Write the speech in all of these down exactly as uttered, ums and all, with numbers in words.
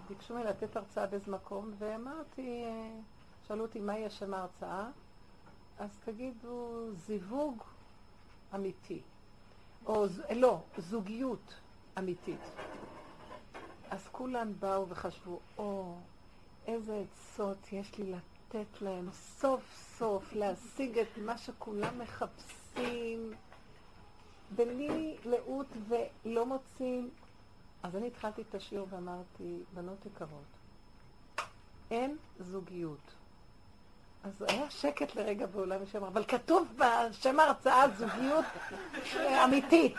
ביקשו לי לתת הרצאה באיזה מקום, ואמרתי, שאלו אותי מה יש שם ההרצאה, אז תגידו זיווג אמיתי, או לא, זוגיות אמיתית. אז כולן באו וחשבו, או, איזה עצות יש לי לתת להם סוף סוף להשיג את מה שכולם מחפשים, בלי לאות ולא מוצאים. אז אני התחלתי את השיעור ואמרתי, בנות יקרות, אין זוגיות. אז היה שקט לרגע בעולם שאמר, אבל כתוב בשם ההרצאה זוגיות אמיתית.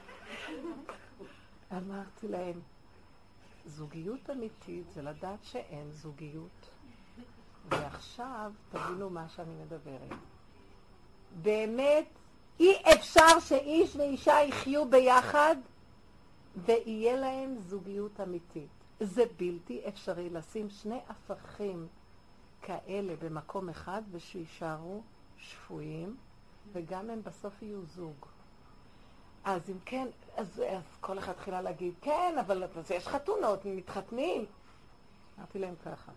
אמרתי להם, זוגיות אמיתית זה לדעת שאין זוגיות. ועכשיו תבינו מה שאני מדברת. באמת אי אפשר שאיש ואישה יחיו ביחד ויהיה להם זוגיות אמיתית. זה בלתי אפשרי לשים שני הפכים כאלה במקום אחד ושישארו שפויים, וגם הם בסוף יהיו זוג. אז אם כן, אז, אז כל אחד התחילה להגיד, כן, אבל אז יש חתונות, מתחתנים. אמרתי להם ככה.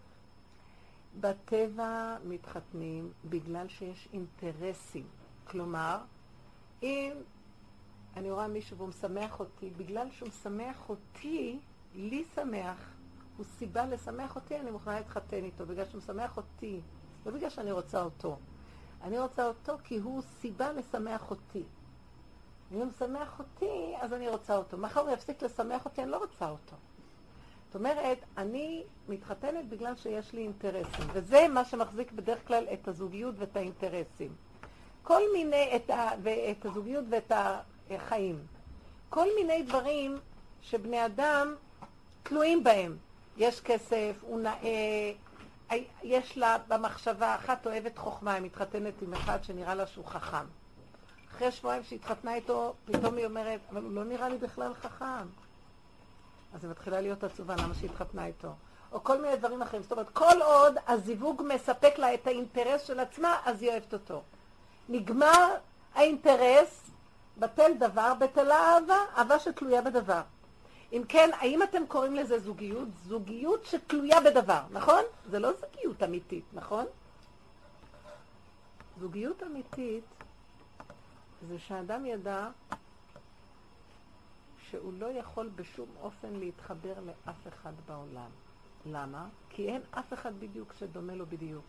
בטבע מתחתנים בגלל שיש אינטרסים. כלומר, אם אני רואה מישהו והוא משמח אותי, בגלל שהוא משמח אותי, לי שמח, הוא סיבה לשמח אותי, אני מוכנה להתחתן איתו, בגלל שהוא משמח אותי, לא בגלל שאני רוצה אותו. אני רוצה אותו כי הוא סיבה לשמח אותי. אם הוא משמח אותי, אז אני רוצה אותו. מאחר הוא יפסיק לשמח אותי, אני לא רוצה אותו. זאת אומרת, אני מתחתנת בגלל שיש לי אינטרסים, וזה מה שמחזיק בדרך כלל את הזוגיות ואת האינטרסים. כל מיני, את, ה, ואת הזוגיות ואת החיים. כל מיני דברים שבני אדם תלויים בהם. יש כסף, הוא נאה, יש לה במחשבה, אחת אוהבת חוכמה, היא מתחתנת עם אחד שנראה לה שהוא חכם. אחרי שבועיים שהתחתנה איתו, פתאום היא אומרת, אבל הוא לא נראה לי בכלל חכם. אז היא מתחילה להיות עצובה, למה שהתחתנה איתו. או כל מיני דברים אחרים. זאת אומרת, כל עוד הזיווג מספק לה את האינטרס של עצמה, אז היא אוהבת אותו. נגמר האינטרס, בטל דבר, בטלה אהבה, אהבה שתלויה בדבר. אם כן, האם אתם קוראים לזה זוגיות? זוגיות שתלויה בדבר, נכון? זה לא זוגיות אמיתית, נכון? זוגיות אמיתית זה שהאדם ידע שהוא לא יכול בשום אופן להתחבר לאף אחד בעולם. למה? כי אין אף אחד בדיוק שדומה לו בדיוק.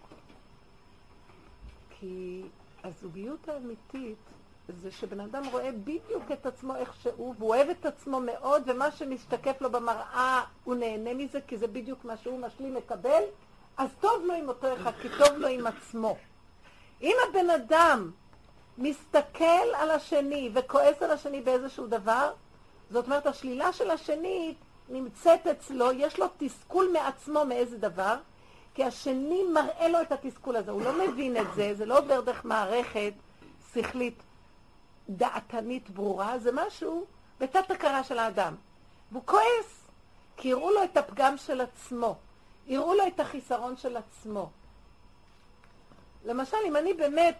כי הזוגיות האמיתית זה שבן אדם רואה בדיוק את עצמו איך שהוא, והוא אוהב את עצמו מאוד, ומה שמשתקף לו במראה הוא נהנה מזה, כי זה בדיוק מה שהוא משלים לקבל, אז טוב לו עם אותו אחד, כי טוב לו עם עצמו. אם הבן אדם מסתכל על השני וכועס על השני באיזשהו דבר, זאת אומרת, השלילה של השני נמצאת אצלו, יש לו תסכול מעצמו מאיזה דבר, כי השני מראה לו את התסכול הזה, הוא לא מבין את זה, זה לא עובר דרך מערכת שכלית דעתנית ברורה, זה משהו בתת הכרה של האדם. והוא כועס, כי יראו לו את הפגם של עצמו, יראו לו את החיסרון של עצמו. למשל, אם אני באמת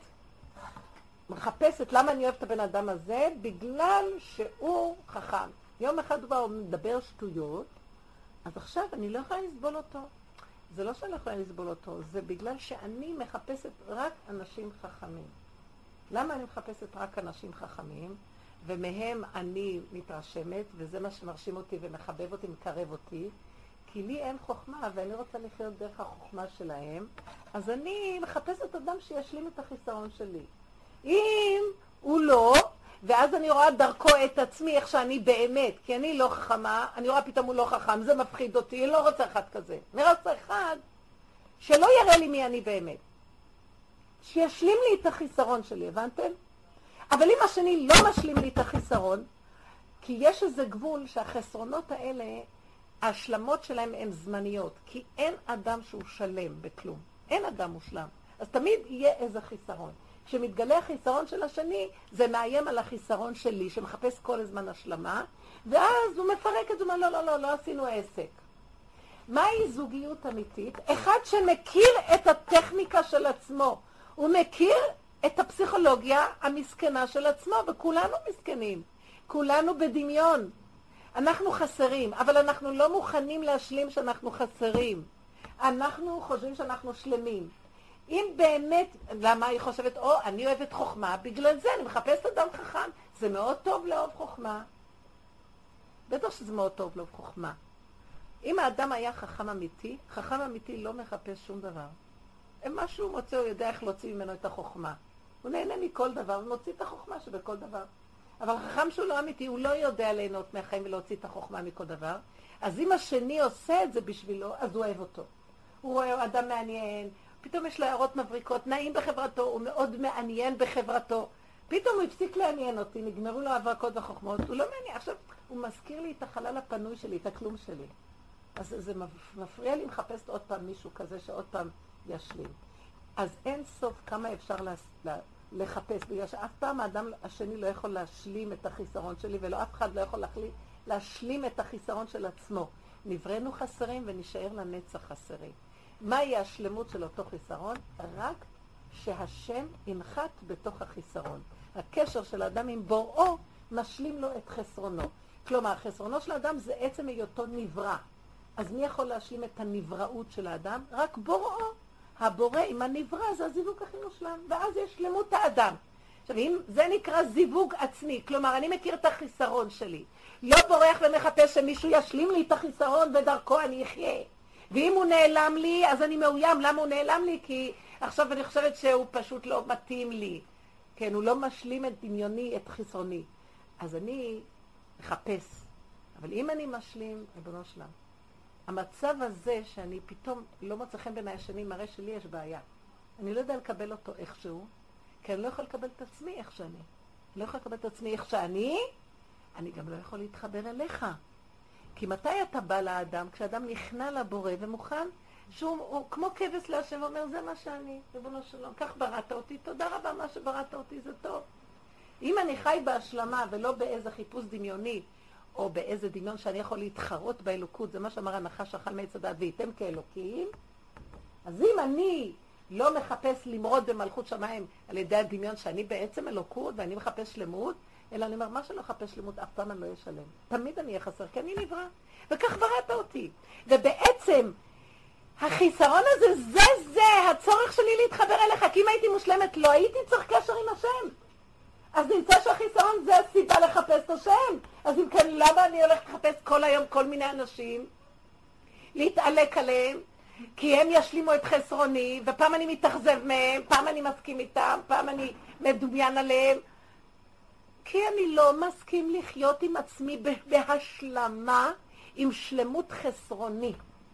מחפשת למה אני אוהב את הבן אדם הזה, בגלל שהוא חכם. יום אחד הוא בא ומדבר שטויות, אז עכשיו אני לא יכולה לסבול אותו. זה לא שאני לא יכולה לסבול אותו, זה בגלל שאני מחפשת רק אנשים חכמים. למה אני מחפשת רק אנשים חכמים? ומהם אני מתרשמת, וזה מה שמרשים אותי ומחבב אותי, מקרב אותי, כי לי אין חוכמה ואני רוצה לחיות דרך החוכמה שלהם, אז אני מחפשת אדם שישלים את החיסרון שלי. אם הוא לא, ואז אני רואה דרכו את עצמי איך שאני באמת, כי אני לא חכמה, אני רואה פתאום הוא לא חכם, זה מפחיד אותי, אני לא רוצה אחד כזה. אני רוצה אחד שלא יראה לי מי אני באמת. שישלים לי את החיסרון שלי, הבנתם? אבל אם השני לא משלים לי את החיסרון, כי יש איזה גבול שהחסרונות האלה, ההשלמות שלהם הן זמניות, כי אין אדם שהוא שלם בכלום. אין אדם מושלם. אז תמיד יהיה איזה חיסרון. כשמתגלה החיסרון של השני, זה מאיים על החיסרון שלי, שמחפש כל הזמן השלמה, ואז הוא מפרק את זה, הוא אומר, לא, לא, לא, לא עשינו עסק. מהי זוגיות אמיתית? אחד שמכיר את הטכניקה של עצמו, הוא מכיר את הפסיכולוגיה המסכנה של עצמו, וכולנו מסכנים, כולנו בדמיון. אנחנו חסרים, אבל אנחנו לא מוכנים להשלים שאנחנו חסרים. אנחנו חושבים שאנחנו שלמים. אם באמת, למה היא חושבת, או, אני אוהבת חוכמה, בגלל זה אני מחפשת אדם חכם. זה מאוד טוב לאהוב חוכמה. בטח שזה מאוד טוב לאהוב חוכמה. אם האדם היה חכם אמיתי, חכם אמיתי לא מחפש שום דבר. מה שהוא מוצא, הוא יודע איך להוציא ממנו את החוכמה. הוא נהנה מכל דבר, הוא מוציא את החוכמה שבכל דבר. אבל חכם שהוא לא אמיתי, הוא לא יודע ליהנות מהחיים ולהוציא את החוכמה מכל דבר. אז אם השני עושה את זה בשבילו, אז הוא אוהב אותו. הוא רואה אדם מעניין, פתאום יש לו הערות מבריקות, נעים בחברתו, הוא מאוד מעניין בחברתו. פתאום הוא הפסיק לעניין אותי, נגמרו לו הברקות וחוכמות, הוא לא מעניין. עכשיו, הוא מזכיר לי את החלל הפנוי שלי, את הכלום שלי. אז זה מפריע לי מחפשת עוד פעם מישהו כזה שעוד פעם ישלים. אז אין סוף כמה אפשר לחפש, בגלל שאף פעם האדם השני לא יכול להשלים את החיסרון שלי, ולא אף אחד לא יכול להחליט, להשלים את החיסרון של עצמו. נבראנו חסרים ונשאר לנצח חסרים. מהי השלמות של אותו חיסרון? רק שהשם ינחת בתוך החיסרון. הקשר של האדם עם בוראו משלים לו את חסרונו. כלומר, החסרונו של האדם זה עצם היותו נברא. אז מי יכול להשלים את הנבראות של האדם? רק בוראו. הבורא עם הנברא זה הזיווג הכי מושלם, ואז יש שלמות האדם. עכשיו, אם זה נקרא זיווג עצמי, כלומר, אני מכיר את החיסרון שלי. לא בורח ומחפש שמישהו ישלים לי את החיסרון ודרכו אני אחיה. ואם הוא נעלם לי, אז אני מאוים. למה הוא נעלם לי? כי עכשיו אני חושבת שהוא פשוט לא מתאים לי. כן, הוא לא משלים את דמיוני, את חיסרוני. אז אני מחפש. אבל אם אני משלים, ריבונו שלם, המצב הזה שאני פתאום לא מוצא חן בין השני, מראה שלי יש בעיה. אני לא יודע לקבל אותו איכשהו, כי אני לא יכול לקבל את עצמי איך שאני. אני לא יכול לקבל את עצמי איך שאני, אני גם לא יכול להתחבר אליך. כי מתי אתה בא לאדם? כשאדם נכנע לבורא ומוכן, שהוא הוא, כמו כבש להשם ואומר, זה מה שאני, ריבונו שלום, כך בראת אותי, תודה רבה, מה שבראת אותי זה טוב. אם אני חי בהשלמה ולא באיזה חיפוש דמיוני, או באיזה דמיון שאני יכול להתחרות באלוקות, זה מה שאמר הנחש אכל מעץ הדעת והייתם כאלוקים, אז אם אני לא מחפש למרוד במלכות שמיים על ידי הדמיון שאני בעצם אלוקות ואני מחפש שלמות, אלא אני אומר, מה שלא מחפש שלמות אף פעם אני לא אשלם. תמיד אני אהיה חסר, כי אני נברא. וכך בראת אותי. ובעצם החיסרון הזה, זה זה הצורך שלי להתחבר אליך, כי אם הייתי מושלמת לא הייתי צריך קשר עם השם. אז נמצא שהחיסרון זה הסיבה לחפש את השם. אז אם כן, למה אני הולכת לחפש כל היום כל מיני אנשים? להתעלק עליהם, כי הם ישלימו את חסרוני, ופעם אני מתאכזב מהם, פעם אני מסכים איתם, פעם אני מדומיין עליהם. כי אני לא מסכים לחיות עם עצמי בהשלמה, עם שלמות חסרוני.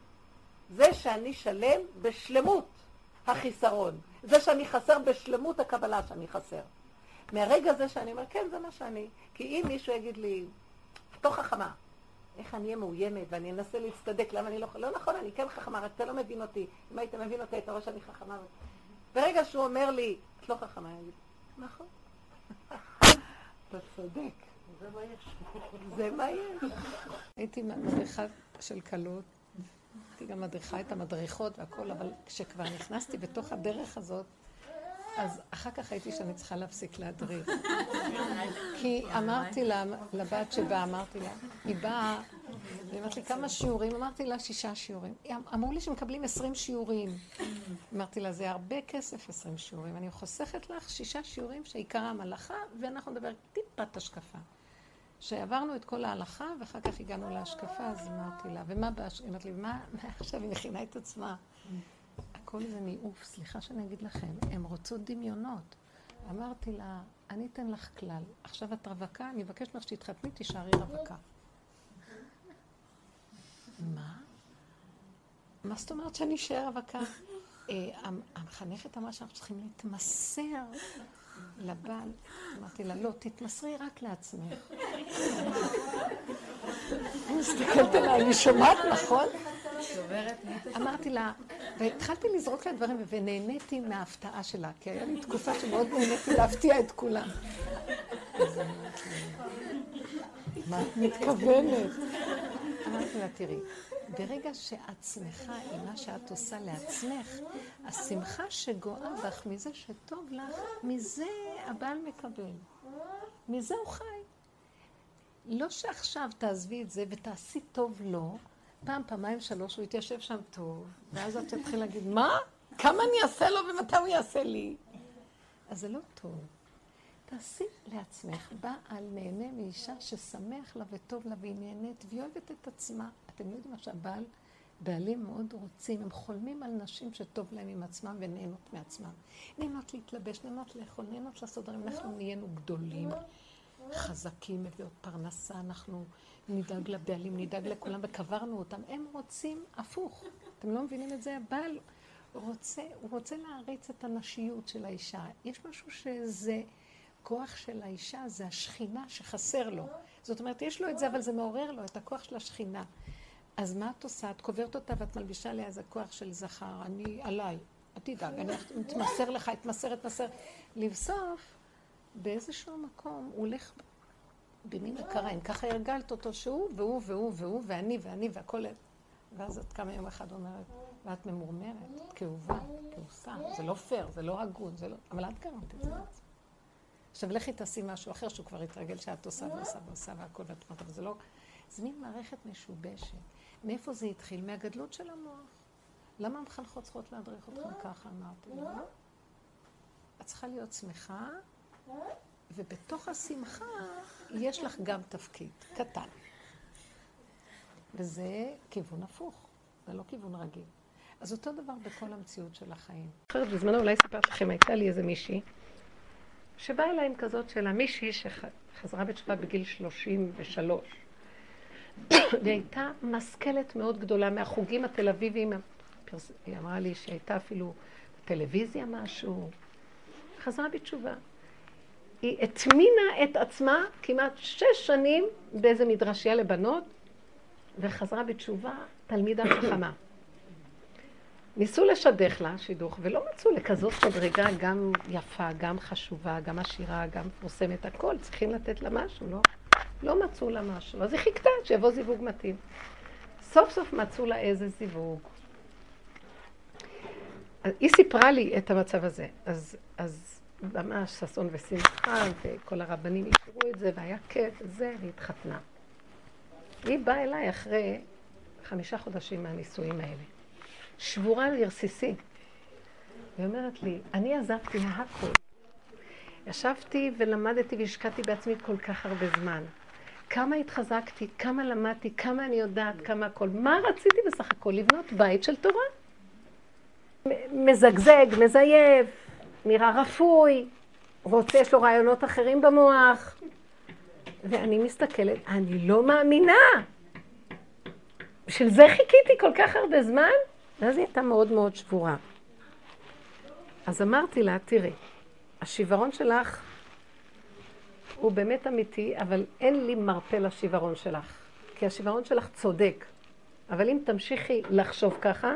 זה שאני שלם בשלמות החיסרון. זה שאני חסר בשלמות הקבלה שאני חסר. מהרגע הזה שאני אומר, כן, זה מה שאני. כי אם מישהו יגיד לי, את לא חכמה, איך אני אהיה מאוימת ואני אנסה להצטדק, למה אני לא חכמה? לא נכון, אני כן חכמה, רק אתה לא מבין אותי. אם היית מבין אותי, אתה רואה שאני חכמה. ברגע שהוא אומר לי, את לא חכמה, אני אגיד, נכון. אתה צודק. זה מה יש. זה מה יש. הייתי מדריכה של קלות, הייתי גם מדריכה את המדריכות והכל, אבל כשכבר נכנסתי בתוך הדרך הזאת, אז אחר כך הייתי שאני צריכה להפסיק להדריך. כי אמרתי לה, לבת שבאה, אמרתי לה, היא באה, והיא אמרתי לי כמה שיעורים, אמרתי לה שישה שיעורים. אמרו לי שמקבלים עשרים שיעורים. אמרתי לה, זה הרבה כסף עשרים שיעורים. אני חוסכת לך שישה שיעורים שעיקר המלאכה, ואנחנו נדבר טיפת השקפה. שעברנו את כל ההלכה, ואחר כך הגענו להשקפה, אז אמרתי לה, ומה בהשקפה? אמרתי לי, מה עכשיו היא מכינה את עצמה? הכל זה ניאוף, סליחה שאני אגיד לכם, הם רוצות דמיונות. אמרתי לה, אני אתן לך כלל, עכשיו את רווקה, אני מבקש לך שתתחתני, תישארי רווקה. מה? מה זאת אומרת שאני אשאר רווקה? המחנכת אמרה שאנחנו צריכים להתמסר לבעל. אמרתי לה, לא, תתמסרי רק לעצמך. אני מסתכלת עליי, אני שומעת, נכון? אמרתי לה, והתחלתי לזרוק לה דברים, ונהניתי מההפתעה שלה, כי היה לי תקופה שמאוד נהניתי להפתיע את כולם. אז אמרתי לה, מה את מתכוונת? אמרתי לה, תראי, ברגע שאת שמחה עם מה שאת עושה לעצמך, השמחה שגואה בך מזה שטוב לך, מזה הבעל מקבל. מזה הוא חי. לא שעכשיו תעזבי את זה ותעשי טוב לו, פעם, פעמיים, שלוש, הוא יתיישב שם טוב, ואז את תתחיל להגיד, מה? כמה אני אעשה לו ומתי הוא יעשה לי? אז זה לא טוב. תעשי לעצמך, בעל נהנה מאישה ששמח לה וטוב לה והיא נהנית והיא אוהבת את עצמה. אתם יודעים מה שהבעל, בעלים מאוד רוצים, הם חולמים על נשים שטוב להם עם עצמם ונהנות מעצמם. נהנות להתלבש, נהנות לאכול, נהנות לעשות דברים, אנחנו נהיינו גדולים, חזקים, מביאות פרנסה, אנחנו נדאג לבעלים, נדאג לכולם וקברנו אותם. הם רוצים הפוך. אתם לא מבינים את זה? הבעל רוצה, הוא רוצה להריץ את הנשיות של האישה. יש משהו שזה כוח של האישה, זה השכינה שחסר לו. זאת אומרת, יש לו את זה, אבל זה מעורר לו את הכוח של השכינה. אז מה את עושה? את קוברת אותה ואת מלבישה עליה איזה כוח של זכר. אני עליי, את תדאג, אני מתמסר לך, התמסר, התמסר. לבסוף, באיזשהו מקום, הוא הולך במין הקריים. ככה הרגלת אותו שהוא, והוא, והוא, והוא, ואני, ואני, והכל. ואז את כמה יום אחד אומרת, ואת ממורמרת, כאובה, כאוסה. זה לא פייר, זה לא הגון, זה לא... אבל את גרמת את זה. עכשיו לכי תעשי משהו אחר שהוא כבר התרגל שאת עושה ועושה ועושה והכל ואת אומרת, אבל זה לא... זה מין מערכת משובשת. מאיפה זה התחיל? מהגדלות של המוח. למה המחנכות צריכות להדריך אתכם ככה? אמרתי, לא? את צריכה להיות שמחה, ובתוך השמחה יש לך גם תפקיד קטן. וזה כיוון הפוך, זה לא כיוון רגיל. אז אותו דבר בכל המציאות של החיים. אחרת בזמנו אולי ספרת לכם, הייתה לי איזה מישהי, שבאה אליי עם כזאת שלה, מישהי שחזרה בתשובה בגיל שלושים ושלוש. והיא הייתה משכלת מאוד גדולה מהחוגים התל אביביים. היא אמרה לי שהייתה אפילו טלוויזיה משהו. חזרה בתשובה. היא התמינה את עצמה כמעט שש שנים באיזה מדרשייה לבנות, וחזרה בתשובה תלמידה חכמה. ניסו לשדך לה שידוך, ולא מצאו לכזאת מדרגה גם יפה, גם חשובה, גם עשירה, גם פורסמת, הכל. צריכים לתת לה משהו, לא? לא מצאו לה משהו. אז היא חיכתה שיבוא זיווג מתאים. סוף סוף מצאו לה איזה זיווג. היא סיפרה לי את המצב הזה. אז, אז ממש ששון ושמחה, וכל הרבנים אישרו את זה, והיה כיף, וזה, והתחתנה. היא באה אליי אחרי חמישה חודשים מהנישואים האלה. שבורה לרסיסי. היא אומרת לי, אני עזבתי הכל. ישבתי ולמדתי והשקעתי בעצמי כל כך הרבה זמן. כמה התחזקתי, כמה למדתי, כמה אני יודעת, כמה הכל. מה רציתי בסך הכל? לבנות בית של תורה. מזגזג, מזייף, נראה רפוי, רוצה, יש לו רעיונות אחרים במוח. ואני מסתכלת, אני לא מאמינה. בשביל זה חיכיתי כל כך הרבה זמן? ואז היא הייתה מאוד מאוד שבורה. אז אמרתי לה, תראי, השיוורון שלך הוא באמת אמיתי, אבל אין לי מרפא לשיוורון שלך. כי השיוורון שלך צודק. אבל אם תמשיכי לחשוב ככה,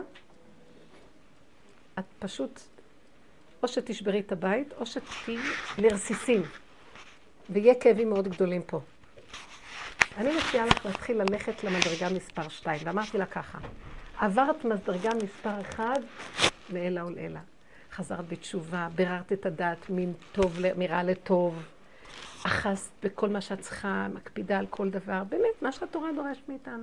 את פשוט, או שתשברי את הבית, או שתהיי לרסיסים. ויהיה כאבים מאוד גדולים פה. אני מציעה לך להתחיל ללכת למדרגה מספר שתיים, ואמרתי לה ככה, עברת מדרגה מספר אחד לעילה ולעילה. חזרת בתשובה, ביררת את הדעת מין טוב, מרע לטוב, אחזת בכל מה שאת צריכה, מקפידה על כל דבר, באמת, מה שהתורה דורשת מאיתנו.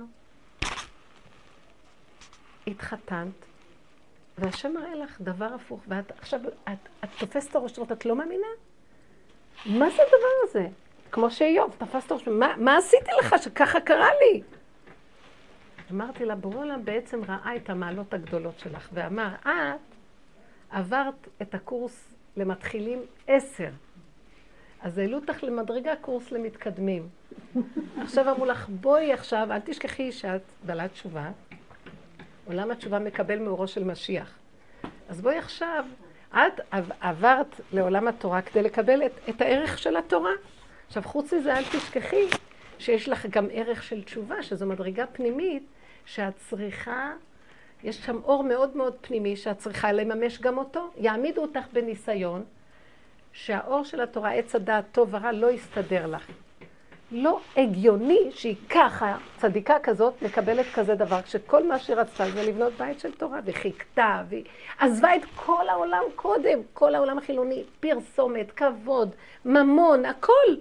התחתנת, והשם מראה לך דבר הפוך, ואת עכשיו, את, את תופסת הראש, את לא מאמינה? מה זה הדבר הזה? כמו שאיוב, תפסת ראש, מה, מה עשיתי לך שככה קרה לי? אמרתי לה, ברור לה בעצם ראה את המעלות הגדולות שלך, ואמר, את עברת את הקורס למתחילים עשר, אז העלו אותך למדרגה קורס למתקדמים. עכשיו אמרו לך, בואי עכשיו, אל תשכחי שאת בעלת תשובה, עולם התשובה מקבל מאורו של משיח. אז בואי עכשיו, את עברת לעולם התורה כדי לקבל את, את הערך של התורה. עכשיו, חוץ מזה, אל תשכחי שיש לך גם ערך של תשובה, שזו מדרגה פנימית, שאת צריכה, יש שם אור מאוד מאוד פנימי, שאת צריכה לממש גם אותו. יעמידו אותך בניסיון, שהאור של התורה, עץ הדעת טוב ורע, לא יסתדר לך. לא הגיוני שהיא ככה, צדיקה כזאת, מקבלת כזה דבר, כשכל מה שרצתה זה לבנות בית של תורה, וחיכתה, והיא עזבה את כל העולם קודם, כל העולם החילוני, פרסומת, כבוד, ממון, הכל.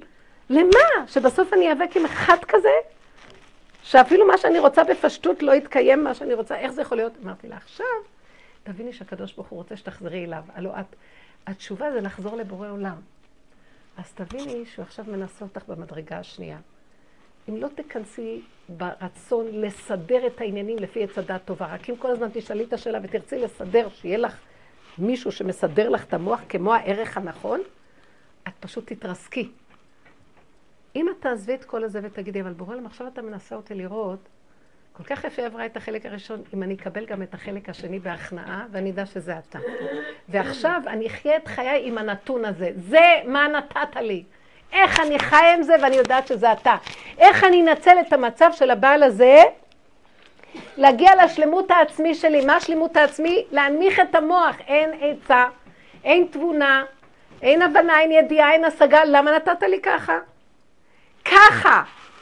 למה? שבסוף אני אאבק עם אחד כזה? שאפילו מה שאני רוצה בפשטות לא יתקיים מה שאני רוצה. איך זה יכול להיות? אמרתי לה, עכשיו, תביני שהקדוש ברוך הוא רוצה שתחזרי אליו. הלוא את, התשובה זה לחזור לבורא עולם. אז תביני שהוא עכשיו מנסה אותך במדרגה השנייה. אם לא תכנסי ברצון לסדר את העניינים לפי עץ הדעת טובה, רק אם כל הזמן תשאלי את השאלה ותרצי לסדר, שיהיה לך מישהו שמסדר לך את המוח כמו הערך הנכון, את פשוט תתרסקי. אם את תעזבי את כל הזה ותגידי, אבל בורא עולם, עכשיו אתה מנסה אותי לראות, כל כך יפה עברה את החלק הראשון, אם אני אקבל גם את החלק השני בהכנעה, ואני אדע שזה אתה. ועכשיו אני אחיה את חיי עם הנתון הזה. זה מה נתת לי. איך אני חי עם זה ואני יודעת שזה אתה. איך אני אנצל את המצב של הבעל הזה, להגיע לשלמות העצמי שלי. מה השלמות העצמי? להנמיך את המוח. אין עצה, אין תבונה, אין הבנה, אין ידיעה, אין השגה. למה נתת לי ככה? ככה.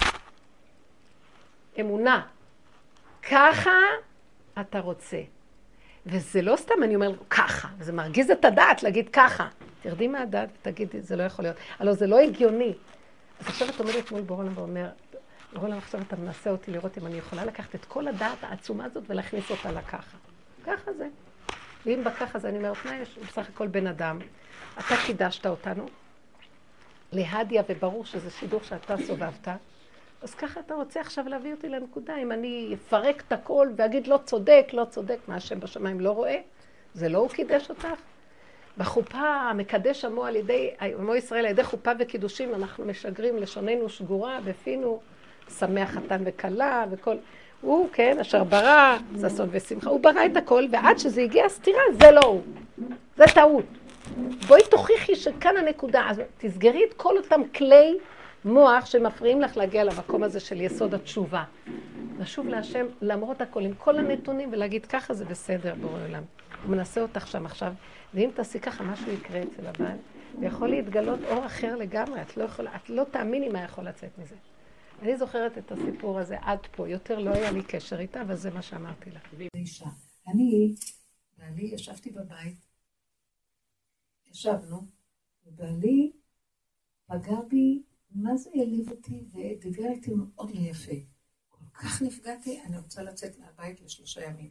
אמונה. ככה אתה רוצה. וזה לא סתם, אני אומר, ככה. וזה מרגיז את הדעת להגיד ככה. תרדי מהדעת ותגידי, זה לא יכול להיות. הלוא זה לא הגיוני. אז עכשיו את עומדת מול בורא עולם ואומר, בורא עולם עכשיו אתה מנסה אותי לראות אם אני יכולה לקחת את כל הדעת העצומה הזאת ולהכניס אותה לככה. ככה זה. ואם בככה זה אני אומרת, מה יש? הוא בסך הכל בן אדם. אתה קידשת אותנו להדיה, וברור שזה שידור שאתה סובבת. אז ככה אתה רוצה עכשיו להביא אותי לנקודה, אם אני אפרק את הכל ואגיד לא צודק, לא צודק, מה השם בשמיים לא רואה, זה לא הוא קידש אותך. בחופה המקדש עמו על ידי, עמו ישראל על ידי חופה וקידושים, אנחנו משגרים לשוננו שגורה, בפינו, שמח חתן וכלה וכל, הוא כן, אשר ברא, ששון ושמחה, הוא ברא את הכל, ועד שזה הגיע הסתירה, זה לא הוא, זה טעות. בואי תוכיחי שכאן הנקודה, אז תסגרי את כל אותם כלי מוח שמפריעים לך להגיע למקום הזה של יסוד התשובה. לשוב להשם למרות הכל, עם כל הנתונים, ולהגיד ככה זה בסדר בורא עולם. הוא מנסה אותך שם עכשיו, ואם תעשי ככה משהו יקרה אצל הבעל, ויכול להתגלות אור אחר לגמרי, את לא, יכול, את לא תאמיני מה יכול לצאת מזה. אני זוכרת את הסיפור הזה עד פה, יותר לא היה לי קשר איתה, אבל זה מה שאמרתי לך. אישה, אני, ואני ישבתי בבית, ישבנו, ובעלי פגע בי, מה זה יליב אותי, ודיבר איתי מאוד לא יפה. כל כך נפגעתי, אני רוצה לצאת מהבית לשלושה ימים.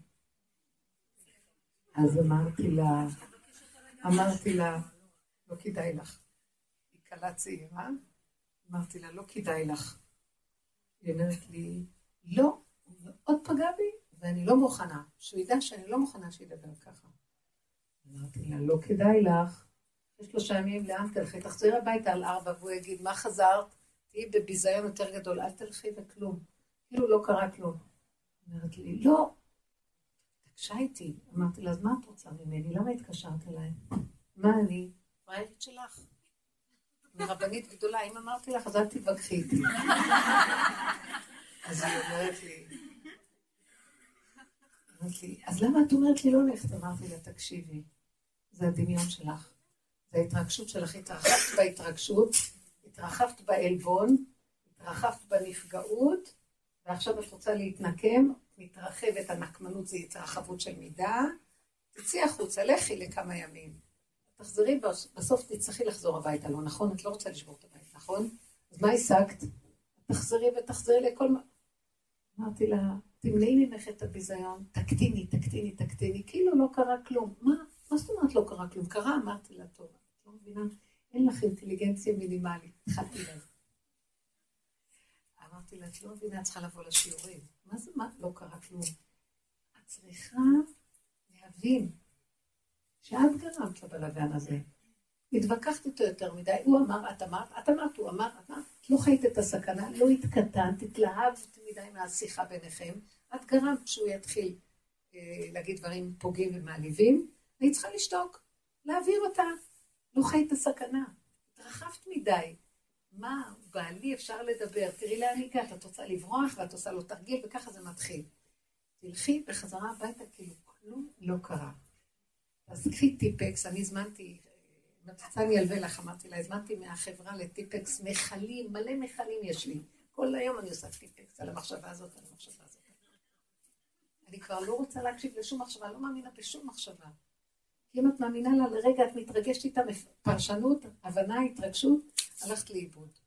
אז אמרתי לה, אמרתי לה, לא כדאי לך. היא קלה צעירה, אמרתי לה, לא כדאי לך. היא אומרת לי, לא, הוא מאוד פגע בי, ואני לא מוכנה. שהוא ידע שאני לא מוכנה שידבר ככה. אמרתי לה, לא כדאי לך. יש שלושה ימים, לאן תלכי? תחזרי הביתה על ארבע, והוא יגיד, מה חזרת? תהיי בביזיון יותר גדול, אל תלכי וכלום. כאילו לא קרה כלום. אמרת לי, לא. תקשה איתי. אמרתי לה, אז מה את רוצה ממני? למה התקשרת אליי? מה אני? פריירית שלך. מרבנית גדולה, אם אמרתי לך, אז אל תתווכחי איתי. אז היא אומרת לי, אמרת לי, אז למה את אומרת לי לא ללכת? אמרתי לה, תקשיבי, זה הדמיון שלך. זה ההתרגשות שלך, התרחבת בהתרגשות, התרחבת בעלבון, התרחבת בנפגעות, ועכשיו את רוצה להתנקם, מתרחבת, הנקמנות זה התרחבות של מידה, תצאי החוצה, לכי לכמה ימים. תחזרי, בסוף תצטרכי לחזור הביתה, לא נכון? את לא רוצה לשבור את הבית, נכון? אז מה השגת? תחזרי ותחזרי לכל מה... אמרתי לה, תמנעי ממך את הביזיון, תקטיני, תקטיני, תקטיני, כאילו לא קרה כלום. מה? מה זאת אומרת לא קרה כלום? קרה, אמרתי לה, טוב, את לא מבינה, אין לך אינטליגנציה מינימלית, התחלתי לה. אמרתי לה, את לא מבינה, את צריכה לבוא לשיעורים. מה זה, מה? לא קרה כלום. את צריכה להבין שאת גרמת לבלגן הזה. התווכחת איתו יותר מדי, הוא אמר, את אמרת, את אמרת, הוא אמר, את אמרת, את לא חיית את הסכנה, לא התקטנת, התלהבת מדי מהשיחה ביניכם, את גרמת שהוא יתחיל אה, להגיד דברים פוגעים ומעליבים, והיא צריכה לשתוק, להעביר אותה, לא חיית את הסכנה, התרחבת מדי. מה, בעלי אפשר לדבר, תראי לאן הגעת, את רוצה לברוח ואת עושה לו תרגיל, וככה זה מתחיל. תלכי בחזרה הביתה, כאילו כלום לא קרה. אז קחי טיפקס, אני הזמנתי, מצצה אני אלווה לך, אמרתי לה, הזמנתי מהחברה לטיפקס, מחלים, מלא מחלים יש לי. כל היום אני עושה טיפקס על המחשבה הזאת, על המחשבה הזאת. אני כבר לא רוצה להקשיב לשום מחשבה, לא מאמינה בשום מחשבה. כי אם את מאמינה לה לרגע, את מתרגשת איתה פרשנות, הבנה, התרגשות, הלכת לאיבוד.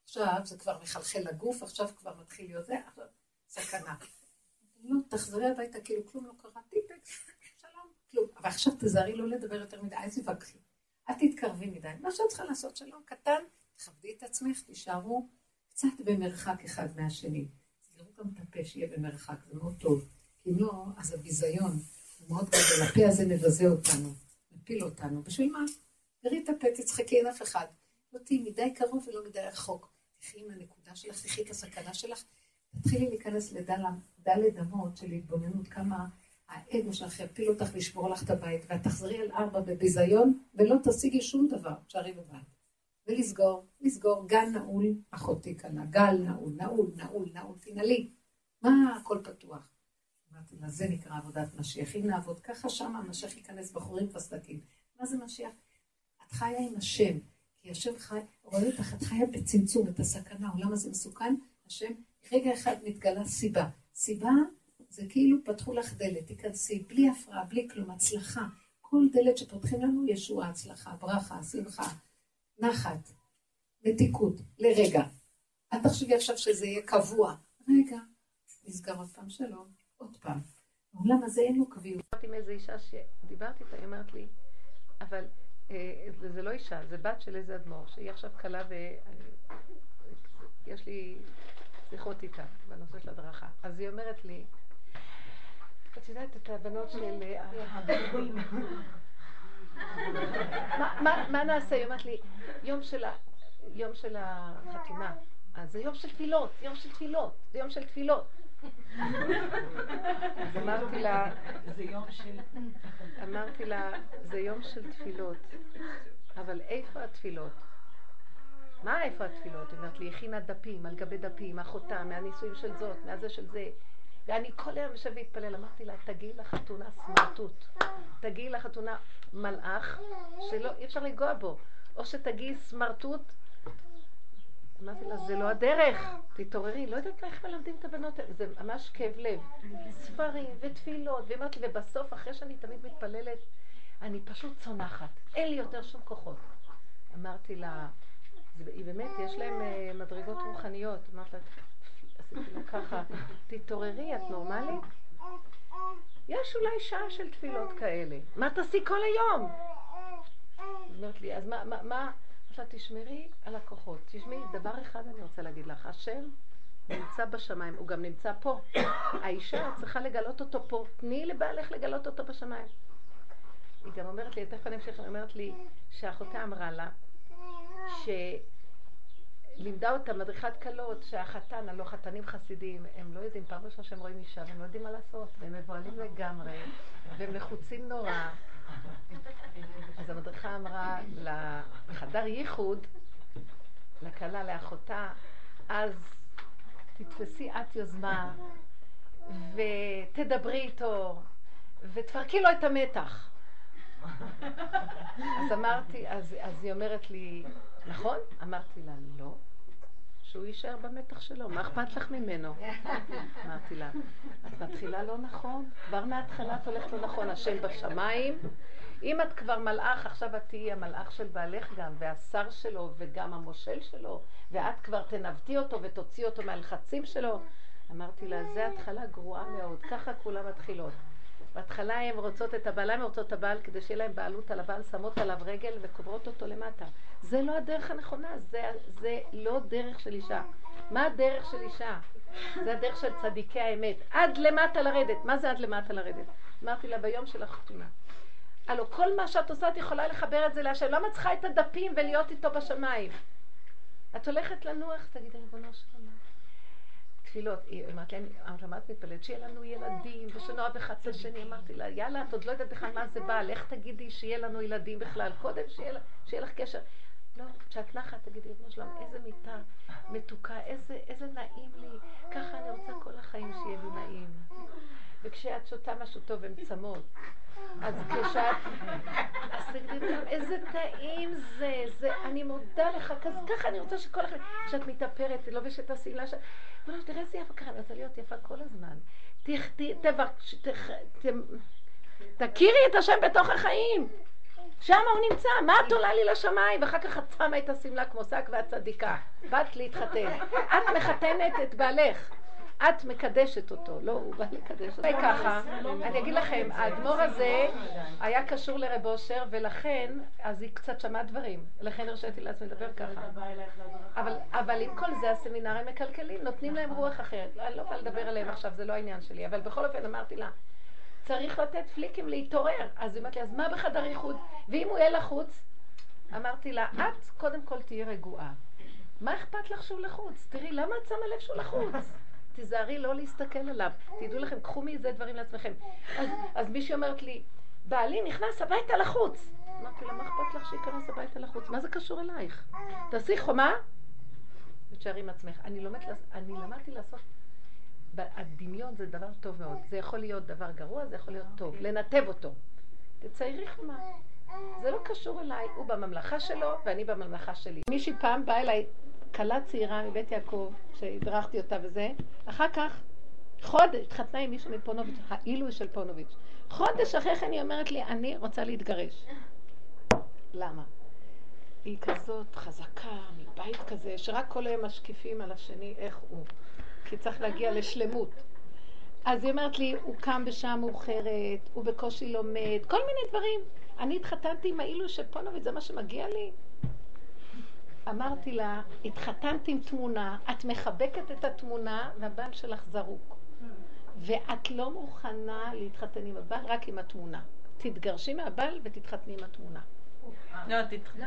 עכשיו זה כבר מחלחל לגוף, עכשיו כבר מתחיל להיות זה, עכשיו סכנה. לא, תחזרי הביתה, כאילו כלום לא קרה, טיפק, שלום, כלום. אבל עכשיו תזהרי לא לדבר יותר מדי, אל תתווכחי. אל תתקרבי מדי. מה שאת צריכה לעשות, שלום קטן, תכבדי את עצמך, תישארו קצת במרחק אחד מהשני. תסגרו גם את הפה שיהיה במרחק, זה מאוד טוב. כי אם לא, אז הביזיון הוא מאוד גדול. הפה הזה מבזה אותנו, מפיל אותנו. בשביל מה? תראי את הפה, תצחקי, אין אף אחד. לא תהי מדי קרוב ולא מדי רחוק. תחי עם הנקודה שלך, תחי את הסכנה שלך. תתחילי להיכנס לדלת אמות של התבוננות, כמה האגו שלך יפיל אותך לשבור לך את הבית, ואת תחזרי על ארבע בביזיון, ולא תשיגי שום דבר, תשארי בבית. ולסגור, לסגור, גל נעול, אחותי קנה, גל נעול, נעול, נעול, נעול, תנעלי. מה הכל פתוח? אמרתי לה, זה נקרא עבודת משיח. אם נעבוד ככה, שם המשיח ייכנס בחורים וסדקים. מה זה משיח? את חיה עם השם, כי השם חי, רואה אותך, את חיה בצמצום, את הסכנה, העולם הזה מסוכן, השם, רגע אחד מתגלה סיבה. סיבה זה כאילו פתחו לך דלת, תיכנסי, בלי הפרעה, בלי כלום, הצלחה. כל דלת שפותחים לנו, ישועה, הצלחה, ברכה, שמחה, נחת, מתיקות, לרגע. את תחשבי עכשיו שזה יהיה קבוע. רגע, נסגר עוד פעם שלום, עוד פעם. העולם הזה אין לו קביעות. דיברתי עם איזו אישה שדיברתי איתה, היא אומרת לי, אבל זה לא אישה, זה בת של איזה אדמו"ר, שהיא עכשיו קלה ויש לי שיחות איתה בנושא של הדרכה. אז היא אומרת לי, את יודעת את הבנות של... מה נעשה? היא אומרת לי, יום של החתונה, אז זה יום של תפילות, יום של תפילות, זה יום של תפילות. אז אמרתי לה, זה יום של... אמרתי לה, זה יום של תפילות, אבל איפה התפילות? מה איפה התפילות? היא אומרת לי, הכינה דפים, על גבי דפים, אחותה, מהניסויים של זאת, מהזה של זה. ואני כל היום יושב והתפלל, אמרתי לה, תגיעי לחתונה סמרטוט. תגיעי לחתונה מלאך, שלא, אי אפשר לגוע בו. או שתגיעי סמרטוט. אמרתי לה, זה לא הדרך. תתעוררי, לא יודעת איך מלמדים את הבנות. זה ממש כאב לב. ספרים ותפילות. ואמרתי, ובסוף, אחרי שאני תמיד מתפללת, אני פשוט צונחת. אין לי יותר שום כוחות. אמרתי לה, היא באמת, יש להם מדרגות רוחניות. אמרתי לה, עשיתי לה ככה, תתעוררי, את נורמלית? יש אולי שעה של תפילות כאלה. מה תעשי כל היום? אומרת לי, אז מה, מה, מה? עכשיו תשמרי על הכוחות. תשמעי, דבר אחד אני רוצה להגיד לך, השם נמצא בשמיים, הוא גם נמצא פה. האישה צריכה לגלות אותו פה, תני לבעלך לגלות אותו בשמיים. היא גם אומרת לי, תכף אני אמשיך, היא אומרת לי, שאחותה אמרה לה, ש... לימדה אותה מדריכת קלות שהחתן, הלא חתנים חסידים, הם לא יודעים, פעם ראשונה שהם רואים אישה, והם לא יודעים מה לעשות, והם מבועלים לגמרי, והם לחוצים נורא. אז המדריכה אמרה לחדר ייחוד, לקלה, לאחותה, אז תתפסי את יוזמה, ותדברי איתו, ותפרקי לו את המתח. אז אמרתי, אז, אז היא אומרת לי, נכון? אמרתי לה, לא. שהוא יישאר במתח שלו, מה אכפת לך ממנו? אמרתי לה, את מתחילה לא נכון, כבר מההתחלה את הולכת לא נכון, השם בשמיים. אם את כבר מלאך, עכשיו את תהיי המלאך של בעלך גם, והשר שלו וגם המושל שלו, ואת כבר תנווטי אותו ותוציא אותו מהלחצים שלו. אמרתי לה, זה התחלה גרועה מאוד, ככה כולם מתחילות. בהתחלה הן רוצות את הבעל, הן רוצות את הבעל כדי שיהיה להם בעלות על הבעל, שמות עליו רגל וקוברות אותו למטה. זה לא הדרך הנכונה, זה, זה לא דרך של אישה. מה הדרך של אישה? זה הדרך של צדיקי האמת. עד למטה לרדת. מה זה עד למטה לרדת? אמרתי לה ביום של החתונה. הלו, כל מה שאת עושה את יכולה לחבר את זה להשם. למה צריכה את הדפים ולהיות איתו בשמיים? את הולכת לנוח, תגידי, ריבונו של עולם. תפילות, היא אמרת להם, אמרת מתפלאת, שיהיה לנו ילדים, ושנאהב אחד את השני, אמרתי לה, יאללה, את עוד לא יודעת בכלל מה זה בא, איך תגידי שיהיה לנו ילדים בכלל, קודם שיהיה, שיהיה לך קשר. לא, כשאת נחת, תגידי, ריבונו של עולם, איזה מיטה מתוקה, איזה, איזה נעים לי, ככה אני רוצה כל החיים שיהיה לי נעים. וכשאת שותה משהו טוב, הן צמות. אז כשאת, אז תגידי, איזה טעים זה, זה, אני מודה לך, ככה אני רוצה שכל החיים, כשאת מתאפרת, לובשת השעילה, שאת, לא, תראה איזה יפה ככה, אני רוצה להיות יפה כל הזמן. תכתיבי, תכירי את השם בתוך החיים. שם הוא נמצא, מה את עולה לי לשמיים? ואחר כך את שמה את השמלה כמו שק ואת צדיקה. באת להתחתן. את מחתנת את בעלך. את מקדשת אותו. לא, הוא בא לקדש אותו. ככה, אני אגיד לכם, האדמו"ר הזה היה קשור לרב אושר, ולכן, אז היא קצת שמעה דברים. לכן הרשיתי לעצמי לדבר ככה. אבל, אבל עם כל זה הסמינרים מקלקלים, נותנים להם רוח אחרת. אני לא באה לדבר עליהם עכשיו, זה לא העניין שלי. אבל בכל אופן אמרתי לה, צריך לתת פליקים להתעורר. אז היא אמרת לי, אז מה בחדר ייחוד? ואם הוא יהיה לחוץ? אמרתי לה, את קודם כל תהיי רגועה. מה אכפת לך שהוא לחוץ? תראי, למה את שמה לב שהוא לחוץ? תיזהרי לא להסתכל עליו. תדעו לכם, קחו מזה דברים לעצמכם. אז, אז מישהי אומרת לי, בעלי נכנס הביתה לחוץ. אמרתי לה, מה אכפת לך שיכנס הביתה לחוץ? מה זה קשור אלייך? תעשי חומה ותשארי עם עצמך. אני, לומד, אני למדתי לעשות... הדמיון זה דבר טוב מאוד. זה יכול להיות דבר גרוע, זה יכול להיות טוב. לנתב אותו. תציירי חומה. זה לא קשור אליי. הוא בממלכה שלו ואני בממלכה שלי. מישהי פעם באה אליי, קלה צעירה מבית יעקב, שהדרכתי אותה וזה, אחר כך, חודש, התחתנה עם מישהו מפונוביץ', העילוי של פונוביץ'. חודש אחרי כן היא אומרת לי, אני רוצה להתגרש. למה? היא כזאת חזקה, מבית כזה, שרק כל היום משקיפים על השני איך הוא. כי צריך להגיע לשלמות. אז היא אומרת לי, הוא קם בשעה מאוחרת, הוא בקושי לומד, כל מיני דברים. אני התחתנתי עם העילוי של פונוביץ', זה מה שמגיע לי? אמרתי לה, התחתנת עם תמונה, את מחבקת את התמונה והבעל שלך זרוק. ואת לא מוכנה להתחתן עם הבעל, רק עם התמונה. תתגרשי מהבעל ותתחתני עם התמונה. לא,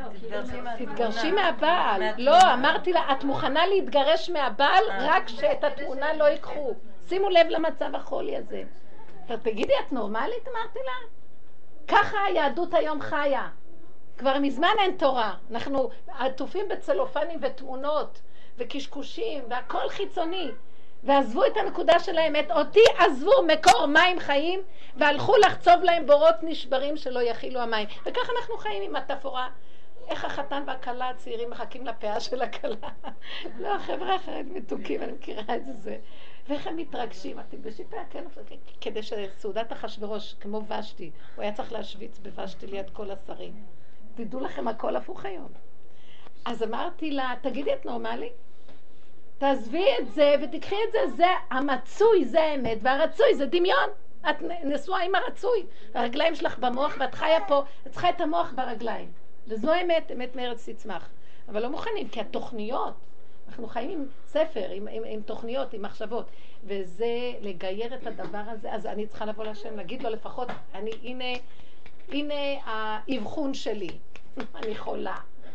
תתגרשי מהבעל. לא, אמרתי לה, את מוכנה להתגרש מהבעל רק שאת התמונה לא ייקחו. שימו לב למצב החולי הזה. תגידי, את נורמלית? אמרתי לה. ככה היהדות היום חיה. כבר מזמן אין תורה. אנחנו עטופים בצלופנים ותמונות וקשקושים והכל חיצוני. ועזבו את הנקודה של האמת. אותי עזבו מקור מים חיים והלכו לחצוב להם בורות נשברים שלא יכילו המים. וככה אנחנו חיים עם התפורה. איך החתן והכלה הצעירים מחכים לפאה של הכלה. לא, החברה אחרת מתוקים, אני מכירה את זה. ואיך הם מתרגשים. אתם בשיפה, כן, כדי שסעודת אחשוורוש, כמו ושתי, הוא היה צריך להשוויץ בוושתי ליד כל השרים. תדעו לכם, הכל הפוך היום. אז אמרתי לה, תגידי, את נורמלי? תעזבי את זה ותקחי את זה, זה המצוי, זה האמת, והרצוי זה דמיון. את נשואה עם הרצוי. הרגליים שלך במוח ואת חיה פה, את צריכה את המוח ברגליים. וזו האמת, אמת מארץ תצמח. אבל לא מוכנים, כי התוכניות, אנחנו חיים עם ספר, עם, עם, עם תוכניות, עם מחשבות, וזה לגייר את הדבר הזה, אז אני צריכה לבוא להשם, להגיד לו לפחות, אני, הנה, הנה האבחון שלי, אני חולה.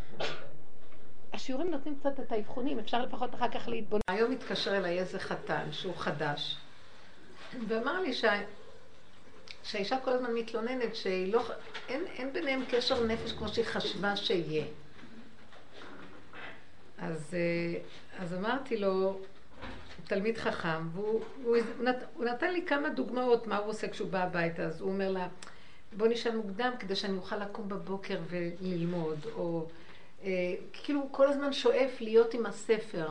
השיעורים נותנים קצת את האבחונים, אפשר לפחות אחר כך להתבונן. היום התקשר אליי איזה חתן שהוא חדש, ואמר לי שה... שהאישה כל הזמן מתלוננת שהיא לא... אין, אין ביניהם קשר נפש כמו שהיא חשבה שיהיה. אז, אז אמרתי לו, הוא תלמיד חכם, והוא הוא, הוא נת, הוא נתן לי כמה דוגמאות מה הוא עושה כשהוא בא הביתה. אז הוא אומר לה, בוא נשאל מוקדם כדי שאני אוכל לקום בבוקר וללמוד, או אה, כאילו הוא כל הזמן שואף להיות עם הספר.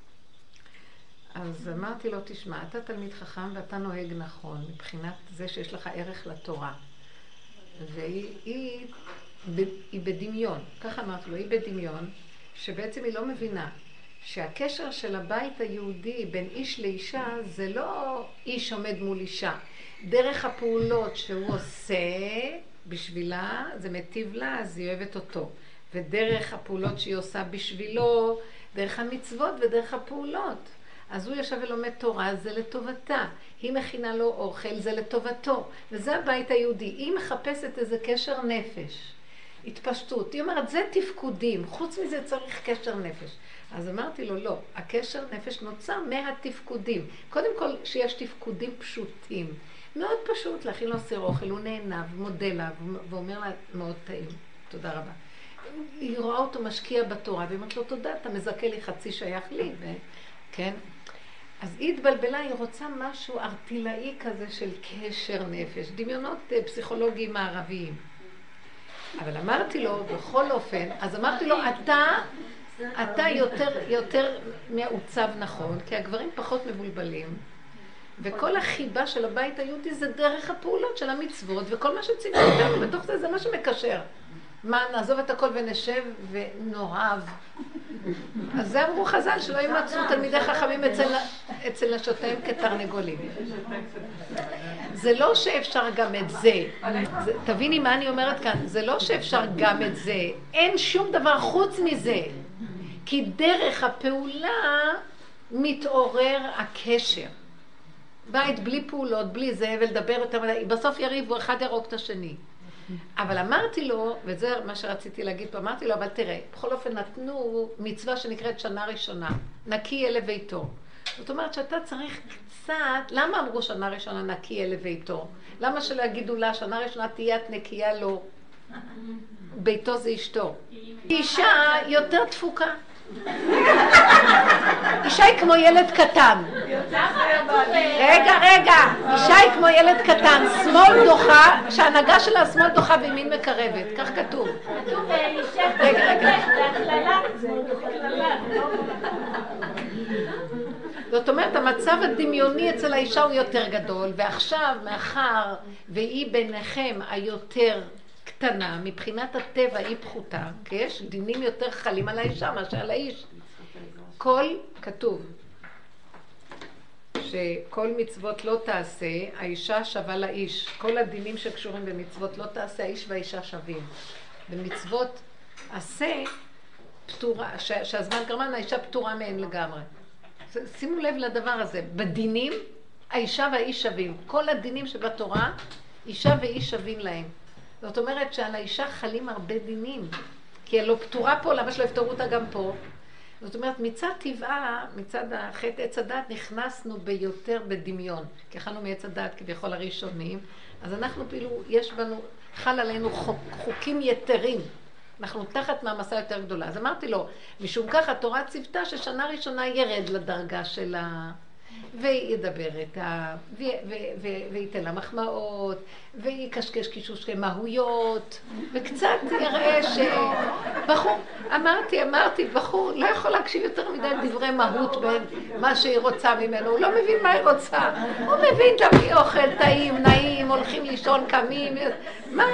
אז אמרתי לו, תשמע, אתה תלמיד חכם ואתה נוהג נכון, מבחינת זה שיש לך ערך לתורה. והיא היא, היא בדמיון, ככה אמרתי לו, היא בדמיון, שבעצם היא לא מבינה שהקשר של הבית היהודי בין איש לאישה זה לא איש עומד מול אישה. דרך הפעולות שהוא עושה בשבילה, זה מטיב לה, אז היא אוהבת אותו. ודרך הפעולות שהיא עושה בשבילו, דרך המצוות ודרך הפעולות. אז הוא יושב ולומד תורה, זה לטובתה. היא מכינה לו אוכל, זה לטובתו. וזה הבית היהודי. היא מחפשת איזה קשר נפש. התפשטות. היא אומרת, זה תפקודים. חוץ מזה צריך קשר נפש. אז אמרתי לו, לא. הקשר נפש נוצר מהתפקודים. קודם כל, שיש תפקודים פשוטים. מאוד פשוט להכין לו סיר אוכל. הוא נהנה ומודה לה ואומר לה, מאוד טעים. תודה רבה. היא רואה אותו משקיע בתורה, והיא אומרת לו, תודה, אתה מזכה לי חצי שייך לי. ו... כן? אז היא התבלבלה, היא רוצה משהו ארטילאי כזה של קשר נפש, דמיונות פסיכולוגיים מערביים. אבל אמרתי לו, בכל אופן, אז אמרתי לו, אתה, אתה יותר, יותר מעוצב נכון, כי הגברים פחות מבולבלים, וכל החיבה של הבית היהודי זה דרך הפעולות של המצוות, וכל מה שציווה אותנו בתוך זה, זה מה שמקשר. מה, נעזוב את הכל ונשב ונאהב. אז זה אמרו חז"ל, שלא ימצאו תלמידי חכמים אצל, אצל נשותיהם כתרנגולים. זה לא שאפשר גם את זה. זה. תביני מה אני אומרת כאן, זה לא שאפשר גם את זה. אין שום דבר חוץ מזה. כי דרך הפעולה מתעורר הקשר. בית בלי פעולות, בלי זה, ולדבר יותר מדי, בסוף יריבו, אחד ירוק את השני. אבל אמרתי לו, וזה מה שרציתי להגיד פה, אמרתי לו, אבל תראה, בכל אופן נתנו מצווה שנקראת שנה ראשונה, נקי אל לביתו. זאת אומרת שאתה צריך קצת, למה אמרו שנה ראשונה נקי אל לביתו? למה שלא יגידו לה, שנה ראשונה תהיה את נקייה לו, ביתו זה אשתו. אישה יותר דפוקה. אישה היא כמו ילד קטן. רגע, רגע, אישה היא כמו ילד קטן, שמאל דוחה, שההנהגה שלה שמאל דוחה וימין מקרבת, כך כתוב. כתוב אישה, רגע, רגע. זאת אומרת, המצב הדמיוני אצל האישה הוא יותר גדול, ועכשיו, מאחר והיא ביניכם היותר קטנה, מבחינת הטבע היא פחותה, כי יש דינים יותר חלים על האישה מאשר על האיש. כל כתוב שכל מצוות לא תעשה, האישה שווה לאיש. כל הדינים שקשורים במצוות לא תעשה, האיש והאישה שווים. במצוות עשה, פתורה, ש, שהזמן גרמן, האישה פתורה מהן לגמרי. שימו לב לדבר הזה, בדינים האישה והאיש שווים. כל הדינים שבתורה, אישה ואיש שווים להם. זאת אומרת שעל האישה חלים הרבה דינים, כי היא לא פתורה פה, למה שלא יפתרו אותה גם פה? זאת אומרת, מצד טבעה, מצד החטא עץ הדת, נכנסנו ביותר בדמיון, כי אכלנו מעץ הדת כביכול הראשונים, אז אנחנו כאילו, יש בנו, חל עלינו חוק, חוקים יתרים, אנחנו תחת מעמסה יותר גדולה. אז אמרתי לו, משום כך התורה ציוותה ששנה ראשונה ירד לדרגה שלה, וידבר איתה, וייתן לה מחמאות, ויקשקש קישושי מהויות, וקצת יראה שבחור, אמרתי, אמרתי, בחור לא יכול להקשיב יותר מדי דברי מהות בין מה שהיא רוצה ממנו, הוא לא מבין מה היא רוצה, הוא מבין תביא אוכל טעים, נעים, הולכים לישון, קמים, מה?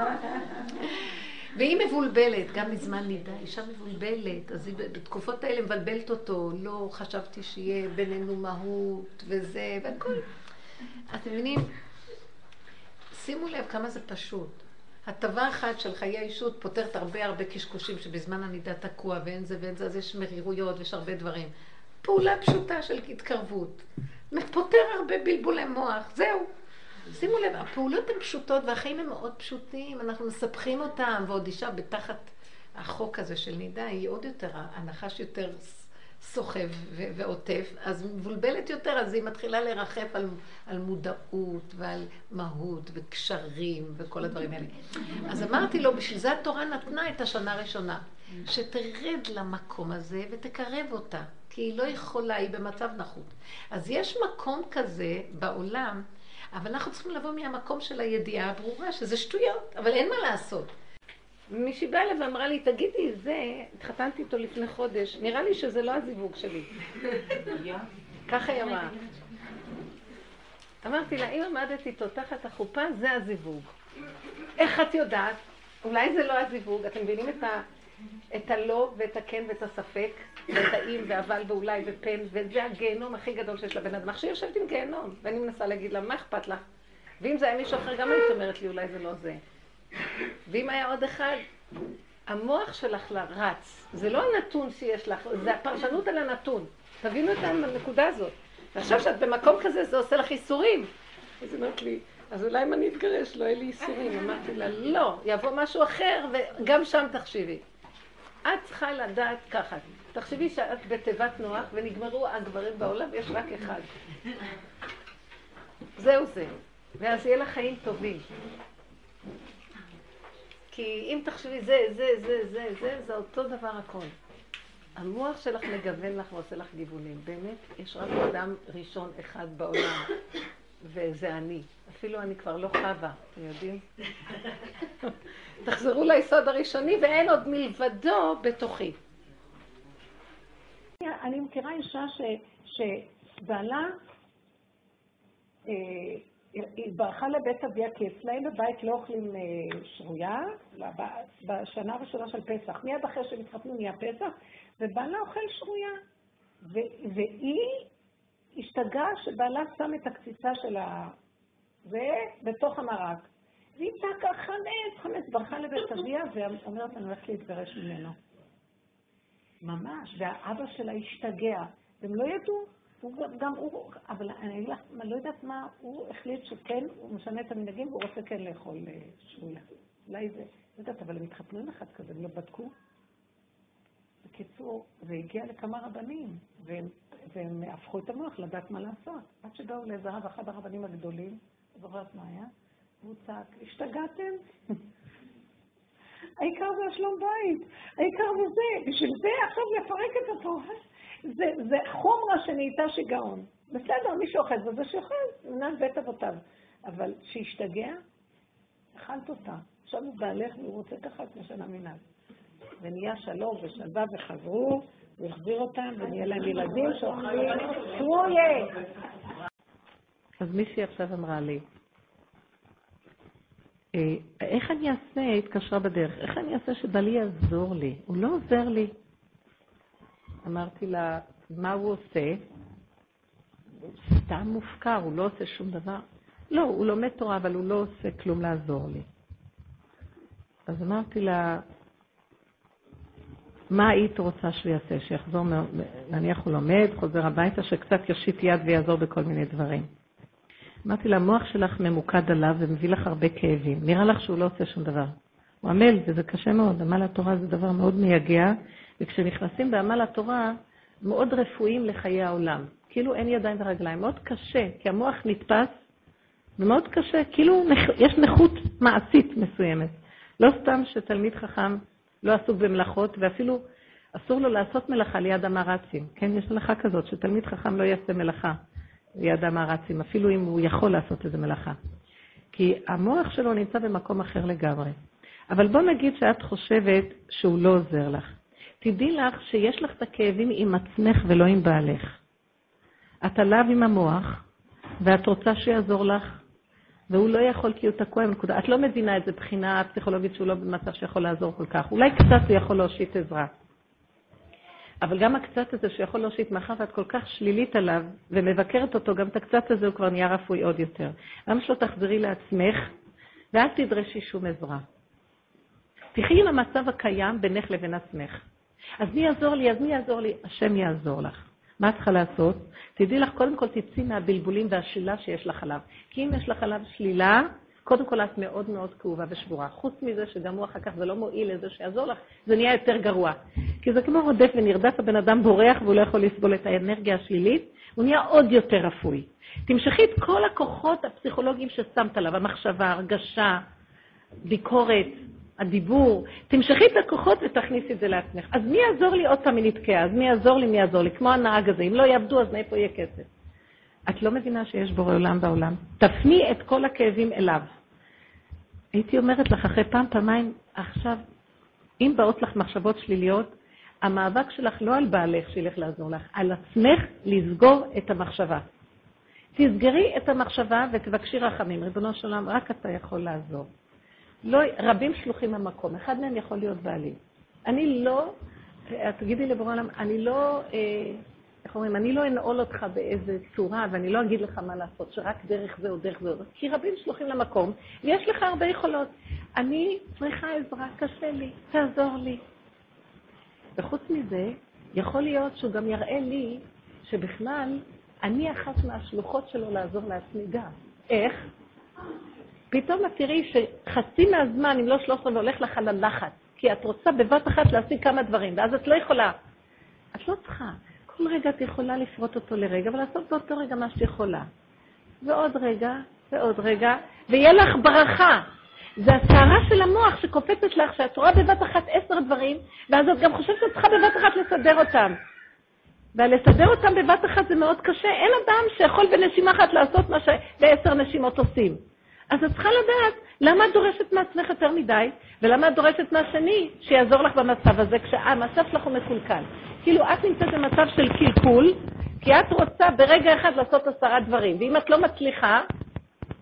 והיא מבולבלת, גם מזמן נידה, אישה מבולבלת, אז היא בתקופות האלה מבלבלת אותו, לא חשבתי שיהיה בינינו מהות וזה והכל. אתם מבינים? שימו לב כמה זה פשוט. הטבה אחת של חיי האישות פותרת הרבה הרבה קשקושים שבזמן הנידה תקוע ואין זה ואין זה, אז יש מרירויות ויש הרבה דברים. פעולה פשוטה של התקרבות. פותר הרבה בלבולי מוח, זהו. שימו לב, הפעולות הן פשוטות והחיים הם מאוד פשוטים, אנחנו מספחים אותם, ועוד אישה בתחת החוק הזה של נידה היא עוד יותר, הנחש יותר סוחב ועוטף, אז מבולבלת יותר, אז היא מתחילה לרחף על, על מודעות ועל מהות וקשרים וכל הדברים האלה. אז אמרתי לו, בשביל זה התורה נתנה את השנה הראשונה, שתרד למקום הזה ותקרב אותה, כי היא לא יכולה, היא במצב נחות. אז יש מקום כזה בעולם, אבל אנחנו צריכים לבוא מהמקום של הידיעה הברורה, שזה שטויות, אבל אין מה לעשות. מישהי באה אליי ואמרה לי, תגידי, זה, התחתנתי איתו לפני חודש, נראה לי שזה לא הזיווג שלי. ככה היא אמרה. אמרתי לה, אם עמדתי איתו תחת החופה, זה הזיווג. איך את יודעת? אולי זה לא הזיווג, אתם מבינים את ה... את הלא ואת הכן ואת הספק, ואת האם ואבל ואולי ופן, וזה הגיהנום הכי גדול שיש לבן אדם. עכשיו יושבת עם גיהנום, ואני מנסה להגיד לה, מה אכפת לך? ואם זה היה מישהו אחר, גם היית אומרת לי, אולי זה לא זה. ואם היה עוד אחד, המוח שלך רץ, זה לא הנתון שיש לך, זה הפרשנות על הנתון. תבינו את הנקודה הזאת. ועכשיו שאת במקום כזה, זה עושה לך איסורים. אז אמרת לי, אז אולי אם אני אתגרש, לא יהיה לי איסורים. אמרתי לה, לא, יבוא משהו אחר, וגם שם תחשיבי. את צריכה לדעת ככה, תחשבי שאת בתיבת נוח ונגמרו הגברים בעולם ויש רק אחד. זהו זה. ואז יהיה לך חיים טובים. כי אם תחשבי זה, זה, זה, זה, זה, זה אותו דבר הכל. המוח שלך מגוון לך ועושה לך גיוונים. באמת, יש רק אדם ראשון אחד בעולם, וזה אני. אפילו אני כבר לא חווה, אתם יודעים? תחזרו ליסוד הראשוני ואין עוד מלבדו בתוכי. אני מכירה אישה ש, שבעלה, ברכה לבית אביה, כי אצלהם בבית לא אוכלים שרויה, בשנה הראשונה של פסח. מיד אחרי שמתחתנו נהיה פסח, ובעלה אוכל שרויה. והיא השתגעה שבעלה שם את הקציצה שלה, ובתוך המרק. והיא צעקה חמץ, חמץ, ברכה לבית אביה, ואומרת, אני הולכת להתגרש ממנו. ממש, והאבא שלה השתגע, והם לא ידעו. הוא גם הוא, אבל אני לא יודעת מה, הוא החליט שכן, הוא משנה את המנהגים, והוא רוצה כן לאכול שרויה. אולי זה, לא יודעת, אבל הם התחתנו עם אחד כזה, הם לא בדקו. בקיצור, זה הגיע לכמה רבנים, והם, והם הפכו את המוח לדעת מה לעשות. עד שבאו לאיזה רב, אחד הרבנים הגדולים, זוכרת מה היה? והוא צעק, השתגעתם? העיקר זה השלום בית, העיקר זה זה, בשביל זה עכשיו לפרק את התורה. זה, זה חומרה שנהייתה שיגעון. בסדר, מי שאוחז בזה שאוחז, מנהל בית אבותיו. אבל שהשתגע, אכלת אותה. עכשיו הוא בעלך והוא רוצה ככה כמו שנה מנהל. ונהיה שלום ושלווה וחזרו, והחזיר אותם, ונהיה להם ילדים שאוכלים. שרויה! אז מישהי עכשיו אמרה לי, איך אני אעשה, התקשרה בדרך, איך אני אעשה שבעלי יעזור לי? הוא לא עוזר לי. אמרתי לה, מה הוא עושה? סתם מופקר, הוא לא עושה שום דבר. לא, הוא לומד תורה, אבל הוא לא עושה כלום לעזור לי. אז אמרתי לה, מה היית רוצה שהוא יעשה? שיחזור, נניח הוא לומד, חוזר הביתה, שקצת יושיט יד ויעזור בכל מיני דברים. אמרתי לה, המוח שלך ממוקד עליו ומביא לך הרבה כאבים. נראה לך שהוא לא עושה שום דבר. הוא עמל, וזה קשה מאוד. עמל התורה זה דבר מאוד מייגע, וכשנכנסים בעמל התורה, מאוד רפואיים לחיי העולם. כאילו אין ידיים ורגליים. מאוד קשה, כי המוח נתפס, ומאוד קשה, כאילו יש נכות מעשית מסוימת. לא סתם שתלמיד חכם לא עסוק במלאכות, ואפילו אסור לו לעשות מלאכה ליד המערצים. כן, יש מלאכה כזאת, שתלמיד חכם לא יעשה מלאכה ליד המערצים, אפילו אם הוא יכול לעשות איזה מלאכה. כי המוח שלו נמצא במקום אחר לגמרי. אבל בוא נגיד שאת חושבת שהוא לא עוזר לך. תדעי לך שיש לך את הכאבים עם עצמך ולא עם בעלך. את עליו עם המוח, ואת רוצה שיעזור לך, והוא לא יכול כי הוא תקוע עם נקודה. את לא מבינה איזה בחינה פסיכולוגית שהוא לא במצב שיכול לעזור כל כך. אולי קצת הוא יכול להושיט עזרה. אבל גם הקצת הזה שיכול להושיט מאחר ואת כל כך שלילית עליו, ומבקרת אותו, גם את הקצת הזה הוא כבר נהיה רפואי עוד יותר. למה שלא תחזרי לעצמך, ואל תדרשי שום עזרה. תחי עם המצב הקיים בינך לבין עצמך. אז מי יעזור לי? אז מי יעזור לי? השם יעזור לך. מה את צריכה לעשות? תדעי לך, קודם כל תצאי מהבלבולים והשלילה שיש לך עליו. כי אם יש לך עליו שלילה, קודם כל את מאוד מאוד כאובה ושבורה. חוץ מזה שגם הוא אחר כך זה לא מועיל לזה שיעזור לך, זה נהיה יותר גרוע. כי זה כמו רודף ונרדף, הבן אדם בורח והוא לא יכול לסבול את האנרגיה השלילית, הוא נהיה עוד יותר רפואי. תמשכי את כל הכוחות הפסיכולוגיים ששמת עליו, המחשבה, הרגשה, ביקורת, הדיבור, תמשכי את הכוחות ותכניסי את זה לעצמך. אז מי יעזור לי? עוד פעם נתקע, אז מי יעזור לי? מי יעזור לי? כמו הנהג הזה, אם לא יעבדו אז מאיפה יהיה כסף? את לא מבינה שיש בורא עולם בעולם. תפני את כל הכאבים אליו. הייתי אומרת לך אחרי פעם, פעמיים, עכשיו, אם באות לך מחשבות שליליות, המאבק שלך לא על בעלך שילך לעזור לך, על עצמך לסגור את המחשבה. תסגרי את המחשבה ותבקשי רחמים. ריבונו של עולם, רק אתה יכול לעזור. לא, רבים שלוחים המקום, אחד מהם יכול להיות בעלי. אני לא, תגידי לבורא עולם, אני לא, איך אומרים, אני לא אנעול אותך באיזה צורה, ואני לא אגיד לך מה לעשות, שרק דרך זה או דרך זה. כי רבים שלוחים למקום, ויש לך הרבה יכולות. אני צריכה עזרה, קשה לי, תעזור לי. וחוץ מזה, יכול להיות שהוא גם יראה לי שבכלל אני אחת מהשלוחות שלו לעזור לעצמי גם. איך? פתאום את תראי שחצי מהזמן, אם לא שלוש עשרה, והולך לך על הלחץ, כי את רוצה בבת אחת להשיג כמה דברים, ואז את לא יכולה. את לא צריכה. כל רגע את יכולה לפרוט אותו לרגע, ולעשות באותו רגע מה שיכולה. ועוד רגע, ועוד רגע, ויהיה לך ברכה. זה השערה של המוח שקופצת לך, שאת רואה בבת אחת עשר דברים, ואז את גם חושבת שאת צריכה בבת אחת לסדר אותם. ולסדר אותם בבת אחת זה מאוד קשה. אין אדם שיכול בנשימה אחת לעשות מה שבעשר נשימות עושים. אז את צריכה לדעת למה את דורשת מעצמך יותר מדי, ולמה את דורשת מהשני שיעזור לך במצב הזה, כשהמצב שלך הוא מקולקל. כאילו את נמצאת במצב של קלקול, כי את רוצה ברגע אחד לעשות עשרה דברים, ואם את לא מצליחה,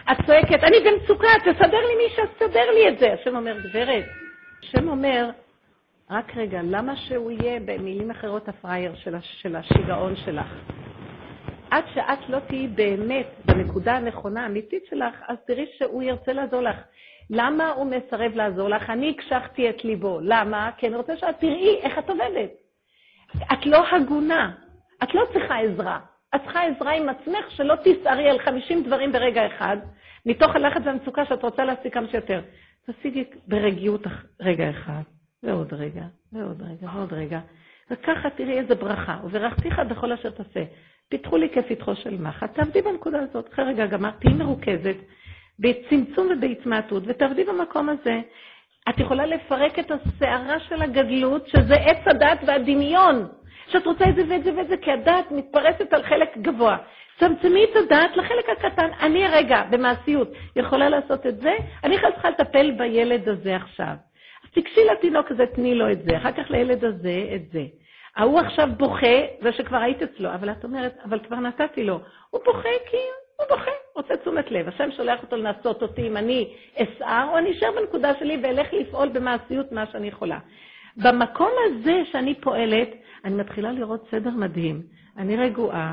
את צועקת, אני במצוקה, תסדר לי מישהו, תסדר לי את זה. השם אומר, גברת, השם אומר, רק רגע, למה שהוא יהיה במילים אחרות הפרייר של, של השיגעון שלך? עד שאת לא תהיי באמת בנקודה הנכונה, האמיתית שלך, אז תראי שהוא ירצה לעזור לך. למה הוא מסרב לעזור לך? אני הקשחתי את ליבו. למה? כי אני רוצה שאת תראי איך את עובדת. את לא הגונה, את לא צריכה עזרה. את צריכה עזרה עם עצמך שלא תסערי על חמישים דברים ברגע אחד, מתוך הלחץ והמצוקה שאת רוצה להשיג כמה שיותר. תשיגי ברגיעות רגע אחד, ועוד רגע, ועוד רגע, ועוד רגע. וככה תראי איזה ברכה, וברכתיך בכל אשר תעשה. פיתחו לי כפתחו של מחט, תעבדי בנקודה הזאת. אחרי רגע גמר, תהי מרוכזת, בצמצום ובהתמעטות, ותעבדי במקום הזה. את יכולה לפרק את השערה של הגדלות, שזה עץ הדעת והדמיון. שאת רוצה את זה ואת זה ואת זה, כי הדעת מתפרסת על חלק גבוה. צמצמי את הדעת לחלק הקטן. אני רגע, במעשיות, יכולה לעשות את זה? אני צריכה לטפל בילד הזה עכשיו. אז תקשי לתינוק הזה, תני לו את זה. אחר כך לילד הזה, את זה. הוא עכשיו בוכה, זה שכבר היית אצלו, אבל את אומרת, אבל כבר נתתי לו. הוא בוכה כי הוא בוכה, רוצה תשומת לב. השם שולח אותו לנסות אותי אם אני אסער, או אני אשאר בנקודה שלי ואלך לפעול במעשיות מה שאני יכולה. במקום הזה שאני פועלת, אני מתחילה לראות סדר מדהים. אני רגועה,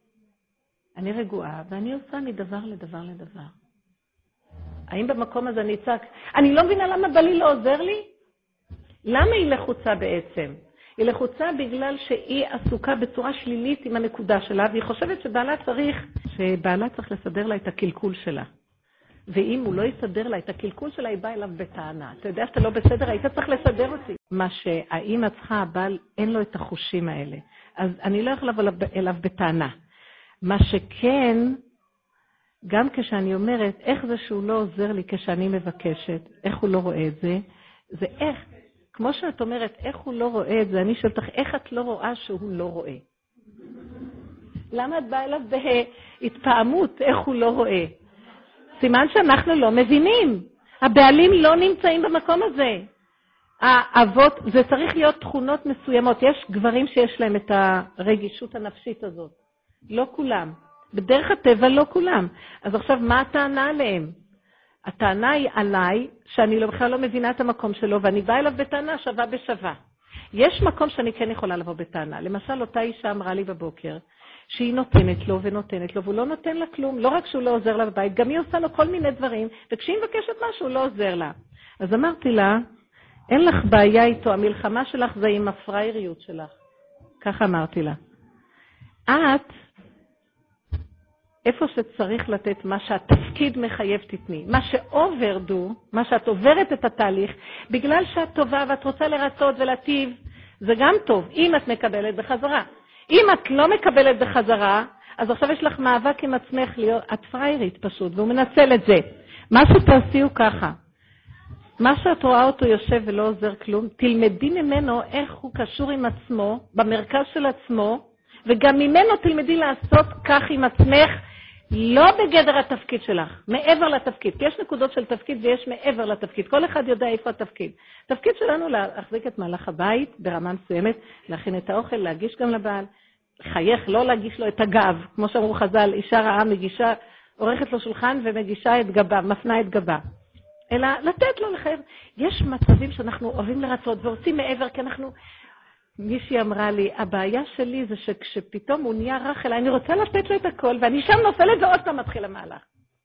אני רגועה, ואני עושה מדבר לדבר לדבר. האם במקום הזה אני צעק, אני לא מבינה למה בלי לא עוזר לי? למה היא לחוצה בעצם? היא לחוצה בגלל שהיא עסוקה בצורה שלילית עם הנקודה שלה, והיא חושבת שבעלה צריך, שבעלה צריך לסדר לה את הקלקול שלה. ואם הוא לא יסדר לה את הקלקול שלה, היא באה אליו בטענה. אתה יודע שאתה לא בסדר, היית צריך לסדר אותי. מה שהאמא צריכה, הבעל, אין לו את החושים האלה. אז אני לא יכולה לבוא אליו בטענה. מה שכן, גם כשאני אומרת, איך זה שהוא לא עוזר לי כשאני מבקשת, איך הוא לא רואה את זה, זה איך, כמו שאת אומרת, איך הוא לא רואה את זה, אני שואלת לך, איך את לא רואה שהוא לא רואה? למה את באה אליו בהתפעמות, איך הוא לא רואה? סימן שאנחנו לא מבינים. הבעלים לא נמצאים במקום הזה. האבות, זה צריך להיות תכונות מסוימות. יש גברים שיש להם את הרגישות הנפשית הזאת. לא כולם. בדרך הטבע לא כולם. אז עכשיו, מה הטענה עליהם? הטענה היא עליי, שאני בכלל לא מבינה את המקום שלו, ואני באה אליו בטענה שווה בשווה. יש מקום שאני כן יכולה לבוא בטענה. למשל, אותה אישה אמרה לי בבוקר, שהיא נותנת לו ונותנת לו, והוא לא נותן לה כלום. לא רק שהוא לא עוזר לה בבית, גם היא עושה לו כל מיני דברים, וכשהיא מבקשת משהו, הוא לא עוזר לה. אז אמרתי לה, אין לך בעיה איתו, המלחמה שלך זה עם הפרייריות שלך. ככה אמרתי לה. את, איפה שצריך לתת מה שהתפקיד מחייב תתני, מה שעוברדו, מה שאת עוברת את התהליך, בגלל שאת טובה ואת רוצה לרצות ולטיב, זה גם טוב, אם את מקבלת בחזרה. אם את לא מקבלת בחזרה, אז עכשיו יש לך מאבק עם עצמך להיות, את פריירית פשוט, והוא מנצל את זה. מה שתעשי הוא ככה. מה שאת רואה אותו יושב ולא עוזר כלום, תלמדי ממנו איך הוא קשור עם עצמו, במרכז של עצמו, וגם ממנו תלמדי לעשות כך עם עצמך, לא בגדר התפקיד שלך, מעבר לתפקיד. כי יש נקודות של תפקיד ויש מעבר לתפקיד. כל אחד יודע איפה התפקיד. התפקיד שלנו להחזיק את מהלך הבית ברמה מסוימת, להכין את האוכל, להגיש גם לבעל, חייך, לא להגיש לו את הגב. כמו שאמרו חז"ל, אישה רעה מגישה, עורכת לו שולחן ומגישה את גבה, מפנה את גבה. אלא לתת לו לחייב. יש מצבים שאנחנו אוהבים לרצות ועושים מעבר, כי אנחנו... מישהי אמרה לי, הבעיה שלי זה שכשפתאום הוא נהיה רך אליי, אני רוצה לתת לו את הכל, ואני שם נופלת ועוד פעם מתחיל המהלך.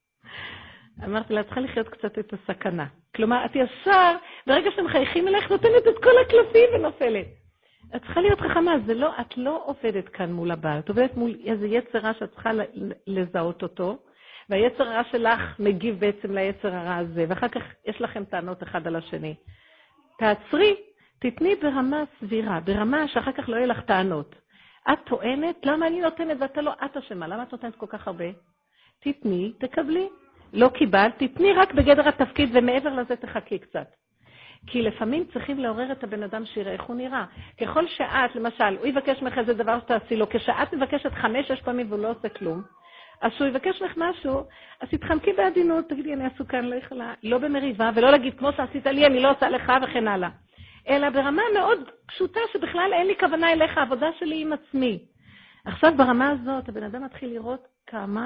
אמרתי לה, צריכה לחיות קצת את הסכנה. כלומר, את ישר, ברגע שמחייכים אליך, נותנת את כל הקלפים ונופלת. את צריכה להיות חכמה, זה לא, את לא עובדת כאן מול הבעל, את עובדת מול איזה יצר רע שאת צריכה לזהות אותו, והיצר הרע שלך מגיב בעצם ליצר הרע הזה, ואחר כך יש לכם טענות אחד על השני. תעצרי, תתני ברמה סבירה, ברמה שאחר כך לא יהיה לך טענות. את טוענת, למה אני נותנת ואתה לא, את אשמה, למה את נותנת כל כך הרבה? תתני, תקבלי. לא קיבלת, תתני רק בגדר התפקיד ומעבר לזה תחכי קצת. כי לפעמים צריכים לעורר את הבן אדם שיראה איך הוא נראה. ככל שאת, למשל, הוא יבקש ממך איזה דבר שתעשי לו, כשאת מבקשת חמש, שש פעמים והוא לא עושה כלום, אז שהוא יבקש לך משהו, אז תתחמקי בעדינות, תגידי, אני עסוקה, אני לא יכולה, לא במריבה, ולא להגיד, כמו שעשית לי, אני לא עושה לך וכן הלאה. אלא ברמה מאוד פשוטה שבכלל אין לי כוונה אליך, העבודה שלי עם עצמי. עכשיו ברמה הזאת הבן אדם מתחיל לראות כמה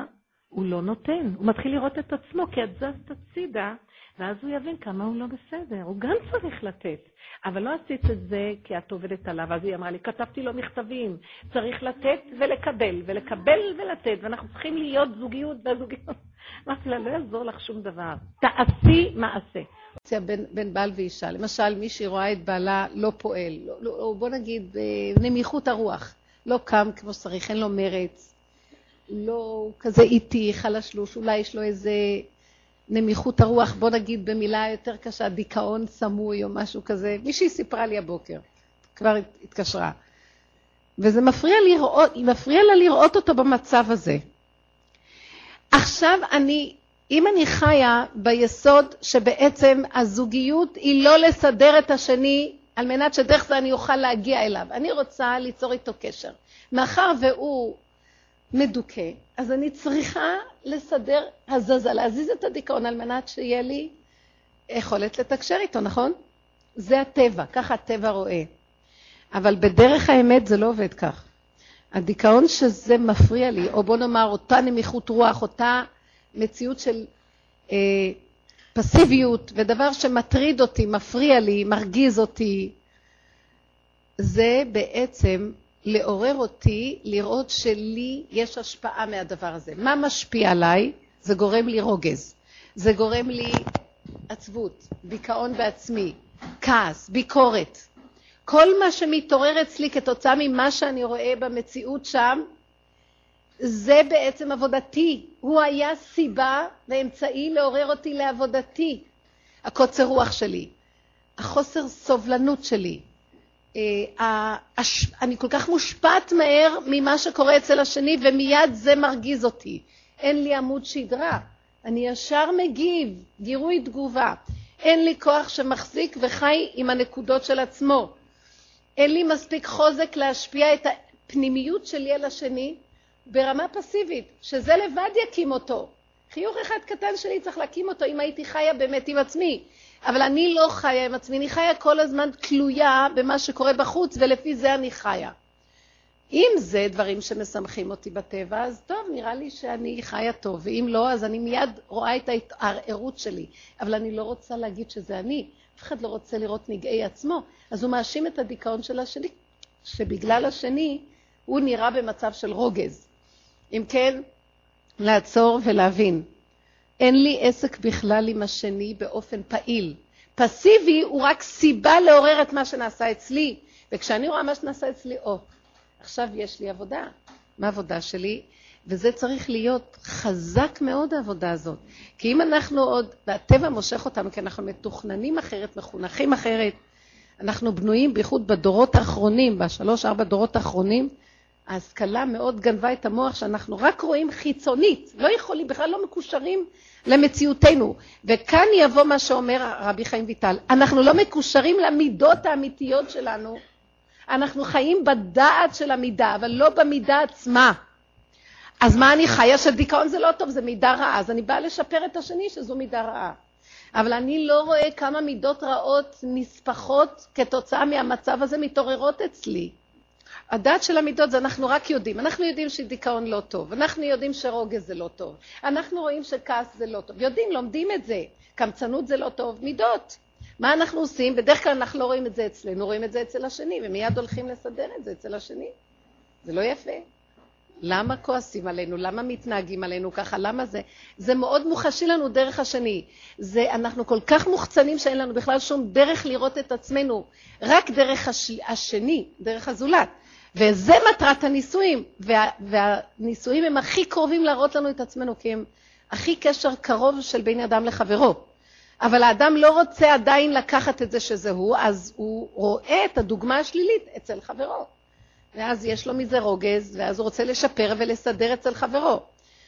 הוא לא נותן. הוא מתחיל לראות את עצמו, כי את זזת הצידה, ואז הוא יבין כמה הוא לא בסדר. הוא גם צריך לתת. אבל לא עשית את זה כי את עובדת עליו. אז היא אמרה לי, כתבתי לו מכתבים. צריך לתת ולקבל, ולקבל ולתת. ואנחנו צריכים להיות זוגיות והזוגיות. אמרתי לה, לא יעזור לך שום דבר. תעשי מעשה. בין, בין בעל ואישה. למשל, מי שרואה את בעלה לא פועל. לא, לא, בוא נגיד, נמיכות הרוח. לא קם כמו שצריך, אין לו מרץ. לא כזה איטי, חלשלוש. אולי יש לו איזה נמיכות הרוח, בוא נגיד במילה יותר קשה, דיכאון סמוי או משהו כזה. מישהי סיפרה לי הבוקר, כבר התקשרה. וזה מפריע, לראות, מפריע לה לראות אותו במצב הזה. עכשיו אני, אם אני חיה ביסוד שבעצם הזוגיות היא לא לסדר את השני, על מנת שדרך זה אני אוכל להגיע אליו. אני רוצה ליצור איתו קשר. מאחר והוא מדוכא, אז אני צריכה לסדר הזזה, להזיז את הדיכאון על מנת שיהיה לי יכולת לתקשר איתו, נכון? זה הטבע, ככה הטבע רואה. אבל בדרך האמת זה לא עובד כך. הדיכאון שזה מפריע לי, או בוא נאמר אותה נמיכות רוח, אותה מציאות של אה, פסיביות, ודבר שמטריד אותי, מפריע לי, מרגיז אותי, זה בעצם לעורר אותי, לראות שלי יש השפעה מהדבר הזה. מה משפיע עליי? זה גורם לי רוגז. זה גורם לי עצבות, דיכאון בעצמי, כעס, ביקורת. כל מה שמתעורר אצלי כתוצאה ממה שאני רואה במציאות שם, זה בעצם עבודתי. הוא היה סיבה ואמצעי לעורר אותי לעבודתי. הקוצר רוח שלי, החוסר סובלנות שלי, אני כל כך מושפעת מהר ממה שקורה אצל השני, ומיד זה מרגיז אותי. אין לי עמוד שדרה. אני ישר מגיב, גירוי תגובה. אין לי כוח שמחזיק וחי עם הנקודות של עצמו. אין לי מספיק חוזק להשפיע את הפנימיות שלי על השני ברמה פסיבית, שזה לבד יקים אותו. חיוך אחד קטן שלי צריך להקים אותו אם הייתי חיה באמת עם עצמי. אבל אני לא חיה עם עצמי, אני חיה כל הזמן תלויה במה שקורה בחוץ, ולפי זה אני חיה. אם זה דברים שמשמחים אותי בטבע, אז טוב, נראה לי שאני חיה טוב, ואם לא, אז אני מיד רואה את ההתערערות שלי. אבל אני לא רוצה להגיד שזה אני, אף אחד לא רוצה לראות נגעי עצמו, אז הוא מאשים את הדיכאון של השני, שבגלל השני הוא נראה במצב של רוגז. אם כן, לעצור ולהבין. אין לי עסק בכלל עם השני באופן פעיל. פסיבי הוא רק סיבה לעורר את מה שנעשה אצלי. וכשאני רואה מה שנעשה אצלי, או, עכשיו יש לי עבודה. מה העבודה שלי? וזה צריך להיות חזק מאוד העבודה הזאת. כי אם אנחנו עוד, והטבע מושך אותנו, כי אנחנו מתוכננים אחרת, מחונכים אחרת, אנחנו בנויים בייחוד בדורות האחרונים, בשלוש ארבע דורות האחרונים, ההשכלה מאוד גנבה את המוח שאנחנו רק רואים חיצונית, לא יכולים, בכלל לא מקושרים למציאותנו. וכאן יבוא מה שאומר רבי חיים ויטל, אנחנו לא מקושרים למידות האמיתיות שלנו, אנחנו חיים בדעת של המידה, אבל לא במידה עצמה. אז מה אני חיה? שדיכאון זה לא טוב, זה מידה רעה, אז אני באה לשפר את השני שזו מידה רעה. אבל אני לא רואה כמה מידות רעות נספחות כתוצאה מהמצב הזה מתעוררות אצלי. הדעת של המידות זה אנחנו רק יודעים. אנחנו יודעים שדיכאון לא טוב. אנחנו יודעים שרוגז זה לא טוב. אנחנו רואים שכעס זה לא טוב. יודעים, לומדים את זה. קמצנות זה לא טוב. מידות. מה אנחנו עושים? בדרך כלל אנחנו לא רואים את זה אצלנו, רואים את זה אצל השני, ומיד הולכים לסדר את זה אצל השני. זה לא יפה. למה כועסים עלינו? למה מתנהגים עלינו ככה? למה זה? זה מאוד מוחשי לנו דרך השני. זה, אנחנו כל כך מוחצנים שאין לנו בכלל שום דרך לראות את עצמנו. רק דרך הש... השני, דרך הזולת. וזה מטרת הניסויים. וה... והניסויים הם הכי קרובים להראות לנו את עצמנו, כי הם הכי קשר קרוב של בין אדם לחברו. אבל האדם לא רוצה עדיין לקחת את זה שזה הוא, אז הוא רואה את הדוגמה השלילית אצל חברו. ואז יש לו מזה רוגז, ואז הוא רוצה לשפר ולסדר אצל חברו.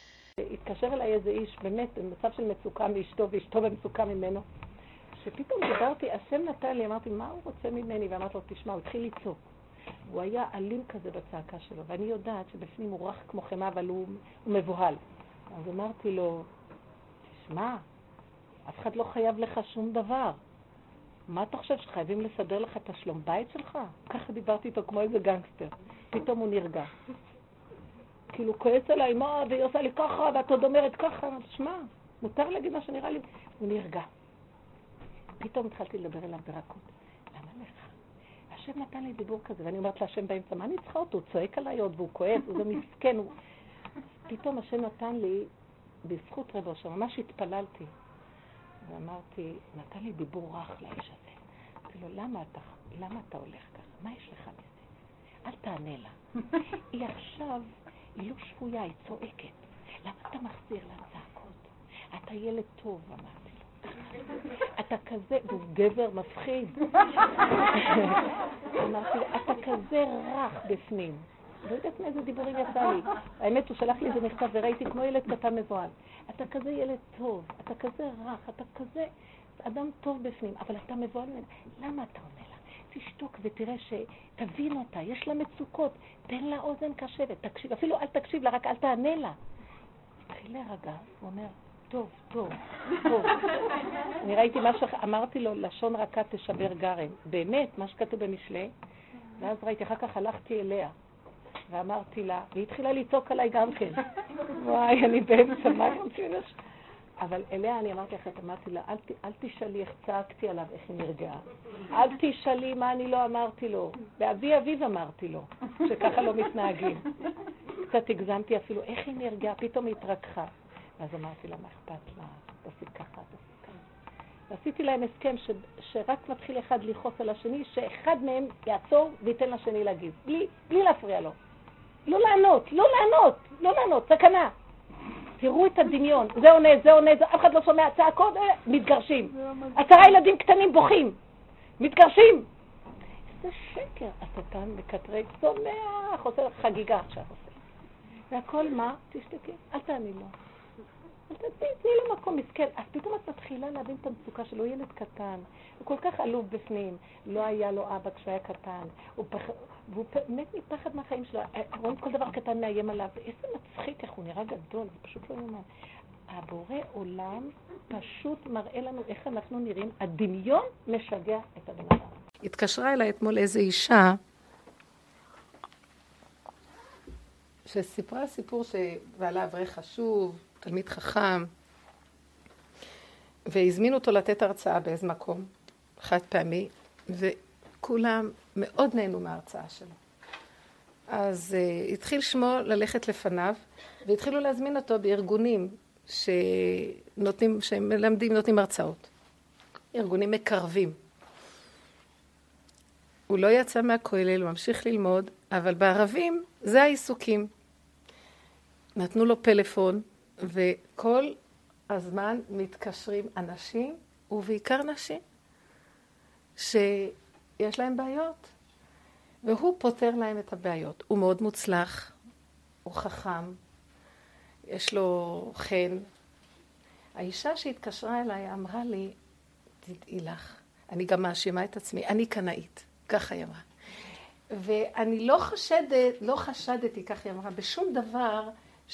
התקשר אליי איזה איש, באמת, במצב של מצוקה מאשתו, ואשתו במצוקה ממנו, שפתאום דיברתי, השם נתן לי, אמרתי, מה הוא רוצה ממני? ואמרתי לו, תשמע, הוא התחיל לצעוק. הוא היה אלים כזה בצעקה שלו, ואני יודעת שבפנים הוא רך כמו חמה, אבל הוא, הוא מבוהל. אז אמרתי לו, תשמע, אף אחד לא חייב לך שום דבר. מה אתה חושב שחייבים לסדר לך את השלום בית שלך? ככה דיברתי איתו כמו איזה גנגסטר. פתאום הוא נרגע. כאילו כועס עליי, מה, והיא עושה לי ככה, ואת עוד אומרת ככה, שמע, מותר להגיד מה שנראה לי, הוא נרגע. פתאום התחלתי לדבר אליו ברכות. למה לך? השם נתן לי דיבור כזה, ואני אומרת להשם באמצע, מה אני צריכה אותו? הוא צועק עליי עוד, והוא כועס, הוא מסכן. הוא... פתאום השם נתן לי, בזכות רבו, שממש התפללתי, ואמרתי, נתן לי דיבור רך לאיש הזה. אמרתי לו, למה אתה, למה אתה הולך ככה? מה יש לך מזה? אל תענה לה. היא עכשיו, היא לא שבויה, היא צועקת. למה אתה מחזיר לה צעקות? אתה ילד טוב, אמרתי לו. אתה כזה, והוא גבר מפחיד. אמרתי לו, אתה כזה רך בפנים. לא יודעת מאיזה דיבורים יצא לי. האמת, הוא שלח לי איזה מכתב וראיתי כמו ילד קטן מבועל. אתה כזה ילד טוב, אתה כזה רך, אתה כזה אדם טוב בפנים, אבל אתה מבועל. למה אתה אומר לה? תשתוק ותראה שתבין אותה, יש לה מצוקות, תן לה אוזן קשבת, תקשיב, אפילו אל תקשיב לה, רק אל תענה לה. התחיל להירגע, הוא אומר, טוב, טוב, טוב. אני ראיתי מה שאמרתי לו, לשון רכה תשבר גרם. באמת, מה שכתוב במשלי, ואז ראיתי, אחר כך הלכתי אליה. ואמרתי לה, והיא התחילה לצעוק עליי גם כן. וואי, אני באמצע, מה רוצים לש... אבל אליה אני אמרתי אחת, אמרתי לה, אל, אל תשאלי איך צעקתי עליו, איך היא נרגעה. אל תשאלי מה אני לא אמרתי לו. באבי אביו אמרתי לו, שככה לא מתנהגים. קצת הגזמתי אפילו, איך היא נרגעה, פתאום היא התרככה. ואז אמרתי לה, מה אכפת לה? תעשי ככה, תעשי ככה. ועשיתי להם הסכם ש... שרק מתחיל אחד לכעוס על השני, שאחד מהם יעצור וייתן לשני להגיב. בלי, בלי להפריע לו. לא לענות, לא לענות, לא לענות, סכנה. תראו את הדמיון, זה עונה, זה עונה, זה, אף אחד לא שומע צעקות, אה, מתגרשים. עשרה ילדים קטנים בוכים, מתגרשים. זה שקר, השטן מקטרק, שמח, עושה חגיגה עכשיו עושה. והכל מה? תשתקי, אל תעני לו. תני לו מקום מסכן. אז פתאום את מתחילה להבין את המצוקה שלו, ילד קטן. הוא כל כך עלוב בפנים. לא היה לו אבא כשהוא היה קטן. הוא פח... והוא מת מפחד מהחיים שלו. רואים כל דבר קטן מאיים עליו. איזה מצחיק, איך הוא נראה גדול. זה פשוט לא יאמן. הבורא עולם פשוט מראה לנו איך אנחנו נראים. הדמיון משגע את הבן אדם. התקשרה אליי אתמול איזו אישה שסיפרה סיפור שבעלה אברך חשוב, תלמיד חכם, והזמינו אותו לתת הרצאה באיזה מקום, חד פעמי, וכולם מאוד נהנו מההרצאה שלו. אז uh, התחיל שמו ללכת לפניו, והתחילו להזמין אותו בארגונים שנותנים, שהם מלמדים, נותנים הרצאות. ארגונים מקרבים. הוא לא יצא מהכולל, הוא ממשיך ללמוד, אבל בערבים זה העיסוקים. נתנו לו פלאפון, וכל הזמן מתקשרים אנשים, ובעיקר נשים, שיש להם בעיות. והוא פותר להם את הבעיות. הוא מאוד מוצלח, הוא חכם, יש לו חן. האישה שהתקשרה אליי אמרה לי, תדעי לך, אני גם מאשימה את עצמי, אני קנאית. ככה היא אמרה. ואני לא חשדת, לא חשדתי, ככה היא אמרה, בשום דבר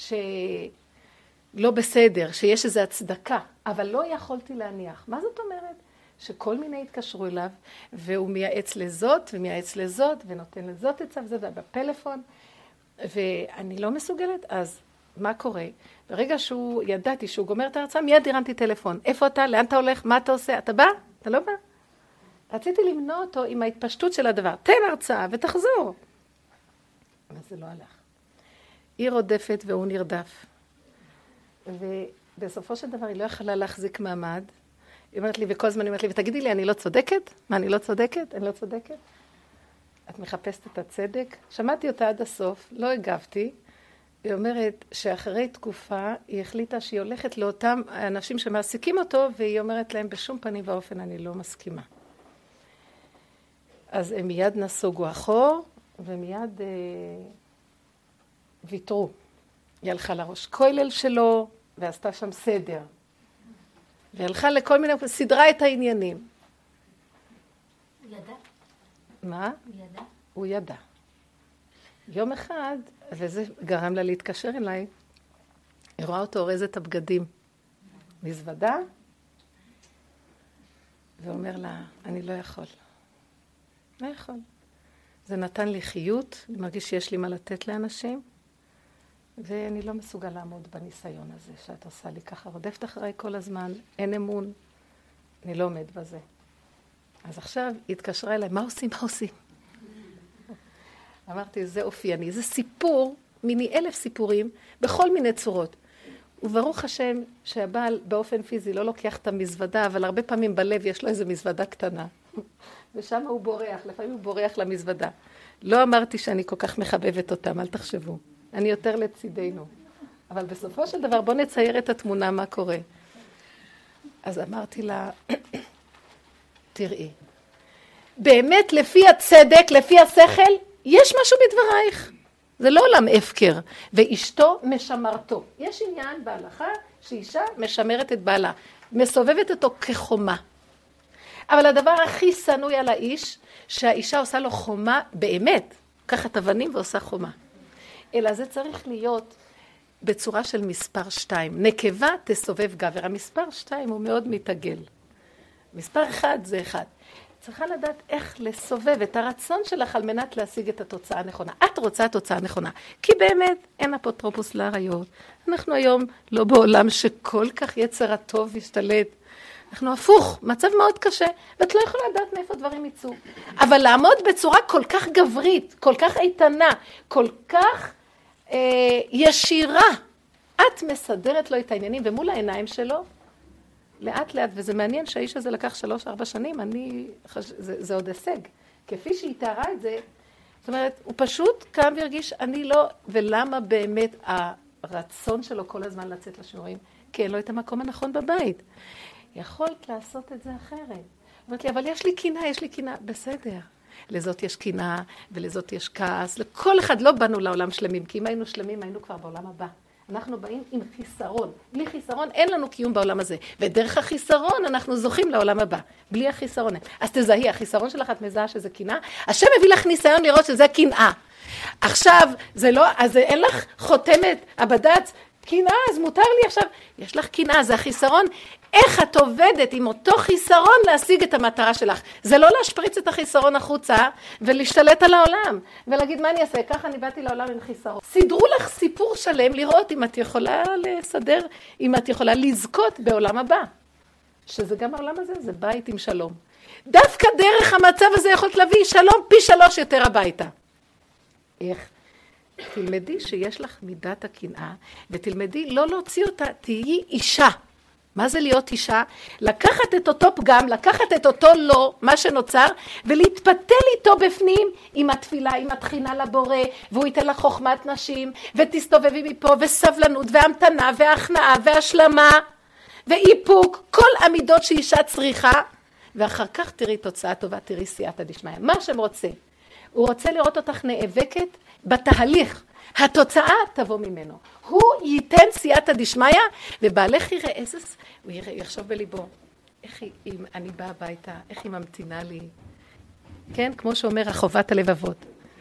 שלא בסדר, שיש איזו הצדקה, אבל לא יכולתי להניח. מה זאת אומרת? שכל מיני התקשרו אליו, והוא מייעץ לזאת, ומייעץ לזאת, ונותן לזאת את צו זה, ובפלאפון, ואני לא מסוגלת, אז מה קורה? ברגע שהוא, ידעתי שהוא גומר את ההרצאה, מיד הרמתי טלפון. איפה אתה? לאן אתה הולך? מה אתה עושה? אתה בא? אתה לא בא? רציתי למנוע אותו עם ההתפשטות של הדבר. תן הרצאה ותחזור. אבל זה לא הלך. היא רודפת והוא נרדף. ובסופו של דבר היא לא יכלה להחזיק מעמד. היא אומרת לי, וכל זמן היא אומרת לי, ותגידי לי, אני לא צודקת? מה, אני לא צודקת? אני לא צודקת? את מחפשת את הצדק? שמעתי אותה עד הסוף, לא הגבתי. היא אומרת שאחרי תקופה היא החליטה שהיא הולכת לאותם אנשים שמעסיקים אותו, והיא אומרת להם, בשום פנים ואופן אני לא מסכימה. אז הם מיד נסוגו אחור, ומיד אה, ויתרו. היא הלכה לראש כולל שלו, ועשתה שם סדר. והיא הלכה לכל מיני, סדרה את העניינים. הוא ידע? מה? הוא ידע? הוא ידע. יום אחד, וזה גרם לה להתקשר אליי, היא רואה אותו אורז את הבגדים. מזוודה, ואומר לה, אני לא יכול. לא יכול. זה נתן לי חיות, אני מרגיש שיש לי מה לתת לאנשים, ואני לא מסוגל לעמוד בניסיון הזה שאת עושה לי ככה, רודפת אחריי כל הזמן, אין אמון, אני לא עומד בזה. אז עכשיו היא התקשרה אליי, מה עושים, מה עושים? אמרתי, זה אופייני, זה סיפור, מיני אלף סיפורים, בכל מיני צורות. וברוך השם שהבעל באופן פיזי לא לוקח את המזוודה, אבל הרבה פעמים בלב יש לו איזו מזוודה קטנה. ושם הוא בורח, לפעמים הוא בורח למזוודה. לא אמרתי שאני כל כך מחבבת אותם, אל תחשבו. אני יותר לצידנו. אבל בסופו של דבר בוא נצייר את התמונה מה קורה. אז אמרתי לה, תראי, באמת לפי הצדק, לפי השכל, יש משהו בדברייך. זה לא עולם הפקר, ואשתו משמרתו. יש עניין בהלכה שאישה משמרת את בעלה, מסובבת אותו כחומה. אבל הדבר הכי סנוי על האיש, שהאישה עושה לו חומה באמת, ככה אבנים ועושה חומה. אלא זה צריך להיות בצורה של מספר שתיים. נקבה תסובב גבר. המספר שתיים הוא מאוד מתעגל. מספר אחד זה אחד. צריכה לדעת איך לסובב את הרצון שלך על מנת להשיג את התוצאה הנכונה. את רוצה תוצאה נכונה, כי באמת אין אפוטרופוס לעריות. אנחנו היום לא בעולם שכל כך יצר הטוב ישתלט. אנחנו הפוך, מצב מאוד קשה, ואת לא יכולה לדעת מאיפה דברים יצאו. אבל לעמוד בצורה כל כך גברית, כל כך איתנה, כל כך אה, ישירה, את מסדרת לו את העניינים, ומול העיניים שלו, לאט לאט, וזה מעניין שהאיש הזה לקח שלוש, ארבע שנים, אני, זה, זה עוד הישג. כפי שהיא תארה את זה, זאת אומרת, הוא פשוט קם והרגיש, אני לא, ולמה באמת הרצון שלו כל הזמן לצאת לשיעורים? כי אין לו את המקום הנכון בבית. יכולת לעשות את זה אחרת. אומרת לי, אבל יש לי קינה, יש לי קינה. בסדר. לזאת יש קינה, ולזאת יש כעס. לכל אחד לא באנו לעולם שלמים, כי אם היינו שלמים, היינו כבר בעולם הבא. אנחנו באים עם חיסרון. בלי חיסרון אין לנו קיום בעולם הזה. ודרך החיסרון אנחנו זוכים לעולם הבא. בלי החיסרון. אז תזהי, החיסרון שלך את מזהה שזה קינה. השם מביא לך ניסיון לראות שזה קנאה. עכשיו, זה לא, אז אין לך חותמת, הבד"ץ, קנאה, אז מותר לי עכשיו. יש לך קנאה, זה החיסרון. איך את עובדת עם אותו חיסרון להשיג את המטרה שלך? זה לא להשפריץ את החיסרון החוצה ולהשתלט על העולם. ולהגיד מה אני אעשה? ככה אני באתי לעולם עם חיסרון. סידרו לך סיפור שלם לראות אם את יכולה לסדר, אם את יכולה לזכות בעולם הבא. שזה גם העולם הזה, זה בית עם שלום. דווקא דרך המצב הזה יכולת להביא שלום פי שלוש יותר הביתה. איך? תלמדי שיש לך מידת הקנאה, ותלמדי לא להוציא אותה, תהיי אישה. מה זה להיות אישה? לקחת את אותו פגם, לקחת את אותו לא, מה שנוצר, ולהתפתל איתו בפנים עם התפילה, עם התחינה לבורא, והוא ייתן לך חוכמת נשים, ותסתובבי מפה, וסבלנות, והמתנה, והכנעה, והשלמה, ואיפוק, כל המידות שאישה צריכה, ואחר כך תראי תוצאה טובה, תראי סייעתא דשמיא. מה שהם רוצה? הוא רוצה לראות אותך נאבקת בתהליך. התוצאה תבוא ממנו. הוא ייתן סייעתא דשמיא, ובעלך יראה איזה, הוא יראה, יחשוב בליבו, איך היא, אם אני באה הביתה, איך היא ממתינה לי. כן, כמו שאומר החובת הלבבות.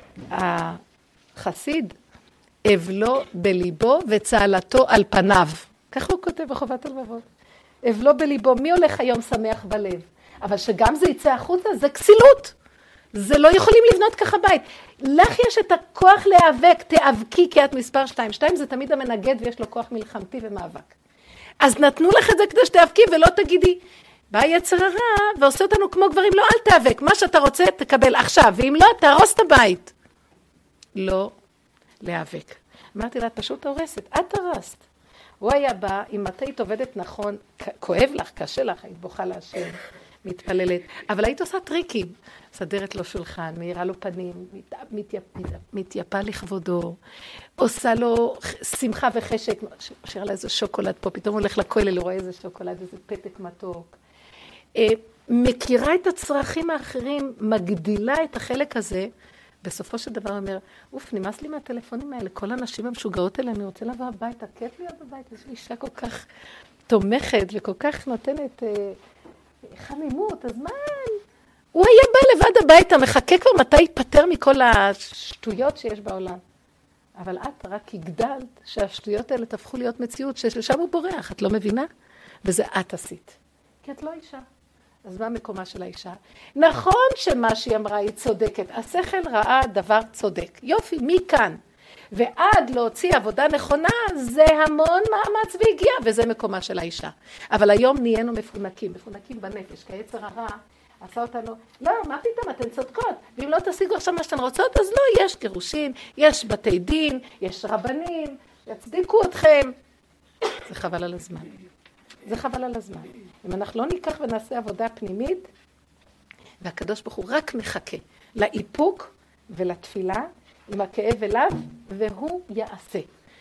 החסיד, אבלו בליבו וצהלתו על פניו. ככה הוא כותב בחובת הלבבות. אבלו בליבו, מי הולך היום שמח בלב? אבל שגם זה יצא החוצה, זה כסילות. זה לא יכולים לבנות ככה בית. לך יש את הכוח להיאבק, תיאבקי כי את מספר שתיים. שתיים זה תמיד המנגד ויש לו כוח מלחמתי ומאבק. אז נתנו לך את זה כדי שתיאבקי ולא תגידי, בא יצר הרע ועושה אותנו כמו גברים, לא אל תיאבק, מה שאתה רוצה תקבל עכשיו, ואם לא תהרוס את הבית. לא להיאבק. אמרתי לה, את פשוט הורסת, את הרסת. הוא היה בא, אם את היית עובדת נכון, כואב לך, קשה לך, היית בוכה להשם. מתפללת, אבל היית עושה טריקים, סדרת לו שולחן, מאירה לו פנים, מתייפ, מתייפה לכבודו, עושה לו שמחה וחשק, משאיר לה איזה שוקולד פה, פתאום הולך לכולל, רואה איזה שוקולד, איזה פתק מתוק. מכירה את הצרכים האחרים, מגדילה את החלק הזה, בסופו של דבר אומר, אוף, נמאס לי מהטלפונים האלה, כל הנשים המשוגעות האלה, אני רוצה לבוא הביתה, כיף להיות בבית, יש לי אישה כל כך תומכת וכל כך נותנת חמימות, אז מה? הוא היה בא לבד הביתה, מחכה כבר מתי ייפטר מכל השטויות שיש בעולם. אבל את רק הגדלת שהשטויות האלה תהפכו להיות מציאות, ששם הוא בורח, את לא מבינה? וזה את עשית. כי את לא אישה. אז מה מקומה של האישה? נכון שמה שהיא אמרה היא צודקת. השכל ראה דבר צודק. יופי, מי כאן? ועד להוציא עבודה נכונה, זה המון מאמץ והגיע, וזה מקומה של האישה. אבל היום נהיינו מפונקים, מפונקים בנפש, כי היצר הרע עשה אותנו, לא, מה פתאום, אתן צודקות, ואם לא תשיגו עכשיו מה שאתן רוצות, אז לא, יש גירושים, יש בתי דין, יש רבנים, יצדיקו אתכם. זה חבל על הזמן. זה חבל על הזמן. אם אנחנו לא ניקח ונעשה עבודה פנימית, והקדוש ברוך הוא רק מחכה לאיפוק ולתפילה, עם הכאב אליו, והוא יעשה.